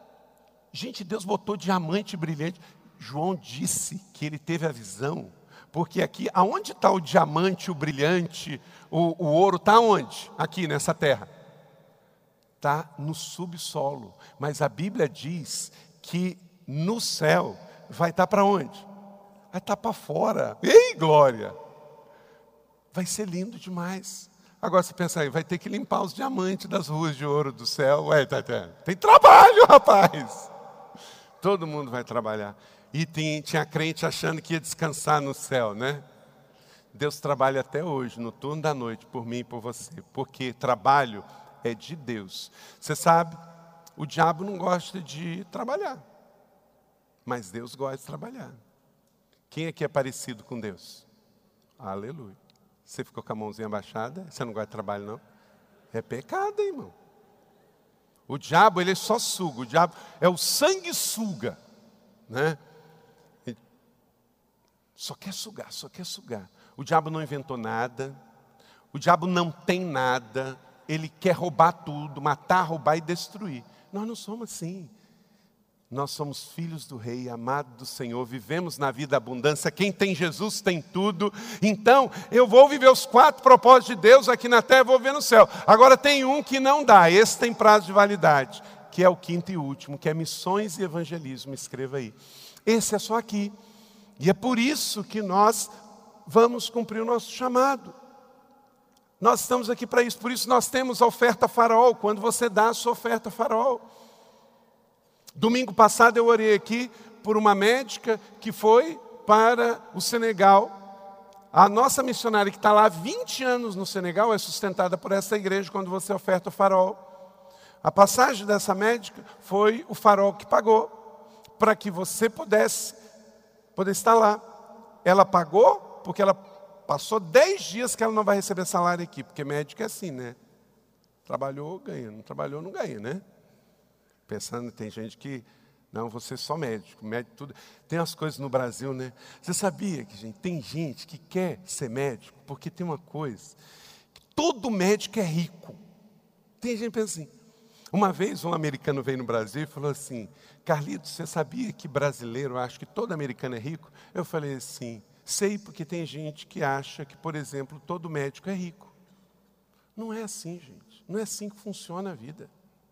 Gente, Deus botou diamante brilhante. João disse que ele teve a visão, Porque aqui, aonde está o diamante, o brilhante, o, o ouro, está onde? Aqui nessa terra. Está no subsolo. Mas a Bíblia diz que no céu vai estar para onde? Vai estar para fora. Ei, glória! Vai ser lindo demais. Agora você pensa aí, vai ter que limpar os diamantes das ruas de ouro do céu. Ué, tá, tá. Tem trabalho, rapaz. Todo mundo vai trabalhar. E tem, tinha crente achando que ia descansar no céu, né? Deus trabalha até hoje, no turno da noite, por mim e por você. Porque trabalho é de Deus. Você sabe, o diabo não gosta de trabalhar. Mas Deus gosta de trabalhar. Quem aqui é parecido com Deus? Aleluia. Você ficou com a mãozinha abaixada? Você não gosta de trabalho, não? É pecado, hein, irmão. O diabo, ele só suga. O diabo é o sanguessuga, né? Ele só quer sugar, só quer sugar. O diabo não inventou nada. O diabo não tem nada. Ele quer roubar tudo, matar, roubar e destruir. Nós não somos assim. Nós somos filhos do Rei, amados do Senhor, vivemos na vida abundância. Quem tem Jesus tem tudo. Então, eu vou viver os quatro propósitos de Deus aqui na terra, vou viver no céu. Agora tem um que não dá, esse tem prazo de validade, que é o quinto e último, que é missões e evangelismo. Escreva aí. Esse é só aqui. E é por isso que nós vamos cumprir o nosso chamado. Nós estamos aqui para isso, por isso nós temos a oferta farol, quando você dá a sua oferta farol. Domingo passado eu orei aqui por uma médica que foi para o Senegal. A nossa missionária que está lá há vinte anos no Senegal é sustentada por essa igreja quando você oferta o farol. A passagem dessa médica foi o farol que pagou para que você pudesse, pudesse estar lá. Ela pagou porque ela passou dez dias que ela não vai receber salário aqui, porque médico é assim, né? Trabalhou, ganha. Não trabalhou, não ganha, né? Pensando, tem gente que, não, você é só médico, médico tudo. Tem umas coisas no Brasil, né? Você sabia que, gente, tem gente que quer ser médico, porque tem uma coisa, que todo médico é rico. Tem gente que pensa assim. Uma vez um americano veio no Brasil e falou assim, Carlitos, você sabia que brasileiro acha que todo americano é rico? Eu falei assim, sei, porque tem gente que acha que, por exemplo, todo médico é rico. Não é assim, gente. Não é assim que funciona a vida.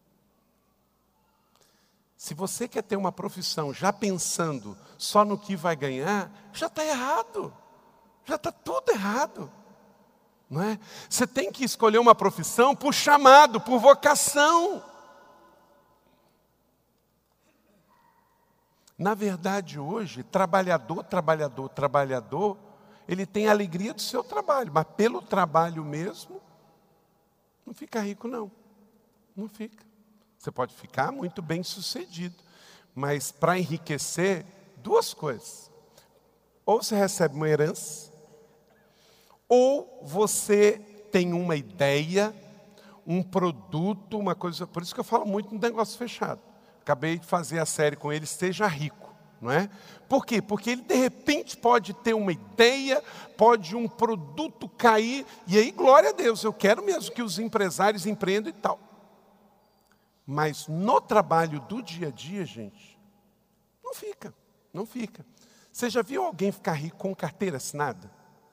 Se você quer ter uma profissão já pensando só no que vai ganhar, já está errado. Já está tudo errado. Não é? Você tem que escolher uma profissão por chamado, por vocação. Na verdade, hoje, trabalhador, trabalhador, trabalhador, ele tem a alegria do seu trabalho, mas pelo trabalho mesmo, não fica rico, não. Não fica. Você pode ficar muito bem sucedido, mas para enriquecer, duas coisas. Ou você recebe uma herança, ou você tem uma ideia, um produto, uma coisa. Por isso que eu falo muito no negócio fechado. Acabei de fazer a série com ele, Seja Rico, não é? Por quê? Porque ele de repente pode ter uma ideia, pode um produto cair, e aí glória a Deus, eu quero mesmo que os empresários empreendam e tal. Mas no trabalho do dia a dia, gente, não fica, não fica. Você já viu alguém ficar rico com carteira assinada?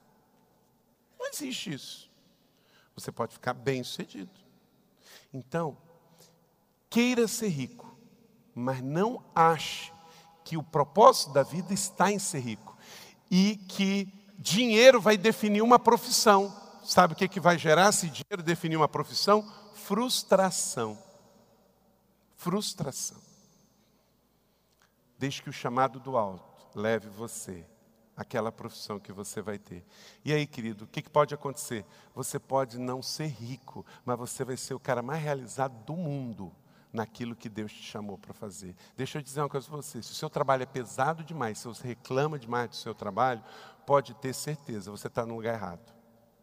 Não existe isso. Você pode ficar bem sucedido. Então, queira ser rico, mas não ache que o propósito da vida está em ser rico. E que dinheiro vai definir uma profissão. Sabe o que, que vai gerar se dinheiro definir uma profissão? Frustração. Frustração. Deixe que o chamado do alto leve você àquela profissão que você vai ter. E aí, querido, o que pode acontecer? Você pode não ser rico, mas você vai ser o cara mais realizado do mundo naquilo que Deus te chamou para fazer. Deixa eu dizer uma coisa para você. Se o seu trabalho é pesado demais, se você reclama demais do seu trabalho, pode ter certeza, você está no lugar errado.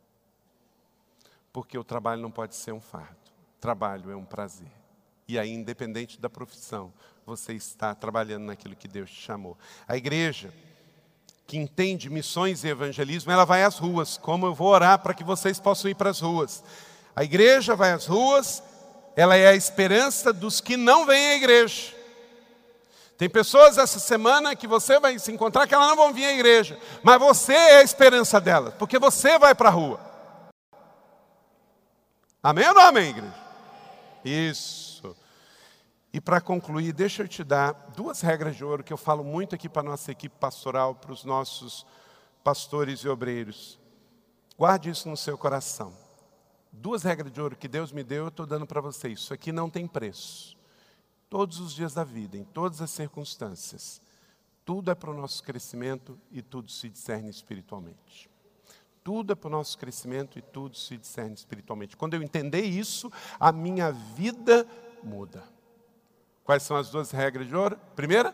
Porque o trabalho não pode ser um fardo. Trabalho é um prazer. E aí, independente da profissão, você está trabalhando naquilo que Deus te chamou. A igreja que entende missões e evangelismo, ela vai às ruas, como eu vou orar para que vocês possam ir para as ruas. A igreja vai às ruas, ela é a esperança dos que não vêm à igreja. Tem pessoas essa semana que você vai se encontrar que elas não vão vir à igreja, mas você é a esperança delas, porque você vai para a rua. Amém ou não amém, igreja? Isso. E para concluir, deixa eu te dar duas regras de ouro que eu falo muito aqui para a nossa equipe pastoral, para os nossos pastores e obreiros. Guarde isso no seu coração. Duas regras de ouro que Deus me deu, eu estou dando para vocês. Isso aqui não tem preço. Todos os dias da vida, em todas as circunstâncias. Tudo é para o nosso crescimento e tudo se discerne espiritualmente. Tudo é para o nosso crescimento e tudo se discerne espiritualmente. Quando eu entender isso, a minha vida muda. Quais são as duas regras de ouro? Primeira?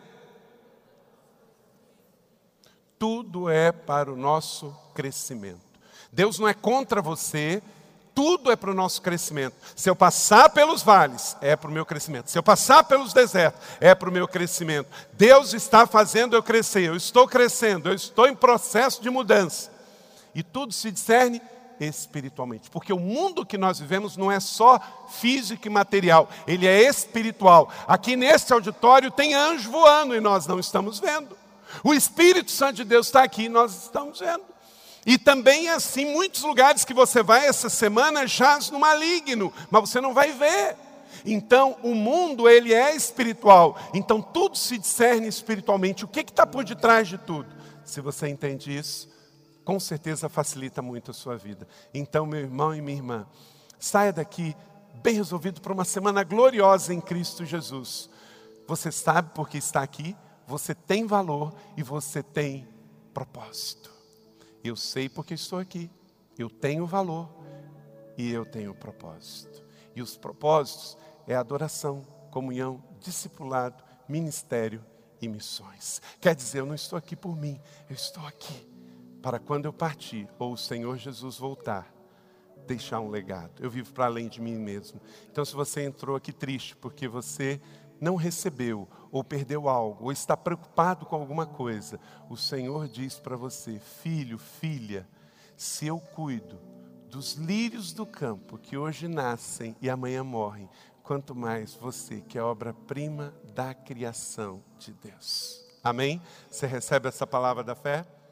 Tudo é para o nosso crescimento. Deus não é contra você, tudo é para o nosso crescimento. Se eu passar pelos vales, é para o meu crescimento. Se eu passar pelos desertos, é para o meu crescimento. Deus está fazendo eu crescer, eu estou crescendo, eu estou em processo de mudança. E tudo se discerne espiritualmente. Porque o mundo que nós vivemos não é só físico e material, ele é espiritual. Aqui nesse auditório tem anjo voando e nós não estamos vendo. O Espírito Santo de Deus está aqui e nós estamos vendo. E também é assim, muitos lugares que você vai essa semana jaz no maligno, mas você não vai ver. Então, o mundo, ele é espiritual. Então, tudo se discerne espiritualmente. O que está por detrás de tudo? Se você entende isso, com certeza facilita muito a sua vida. Então, meu irmão e minha irmã, saia daqui bem resolvido para uma semana gloriosa em Cristo Jesus. Você sabe porque está aqui, você tem valor e você tem propósito. Eu sei porque estou aqui, eu tenho valor e eu tenho propósito. E os propósitos é adoração, comunhão, discipulado, ministério e missões. Quer dizer, eu não estou aqui por mim, eu estou aqui para quando eu partir, ou o Senhor Jesus voltar, deixar um legado. Eu vivo para além de mim mesmo. Então, se você entrou aqui triste porque você não recebeu, ou perdeu algo, ou está preocupado com alguma coisa, o Senhor diz para você: filho, filha, se eu cuido dos lírios do campo que hoje nascem e amanhã morrem, quanto mais você, que é obra-prima da criação de Deus. Amém? Você recebe essa palavra da fé?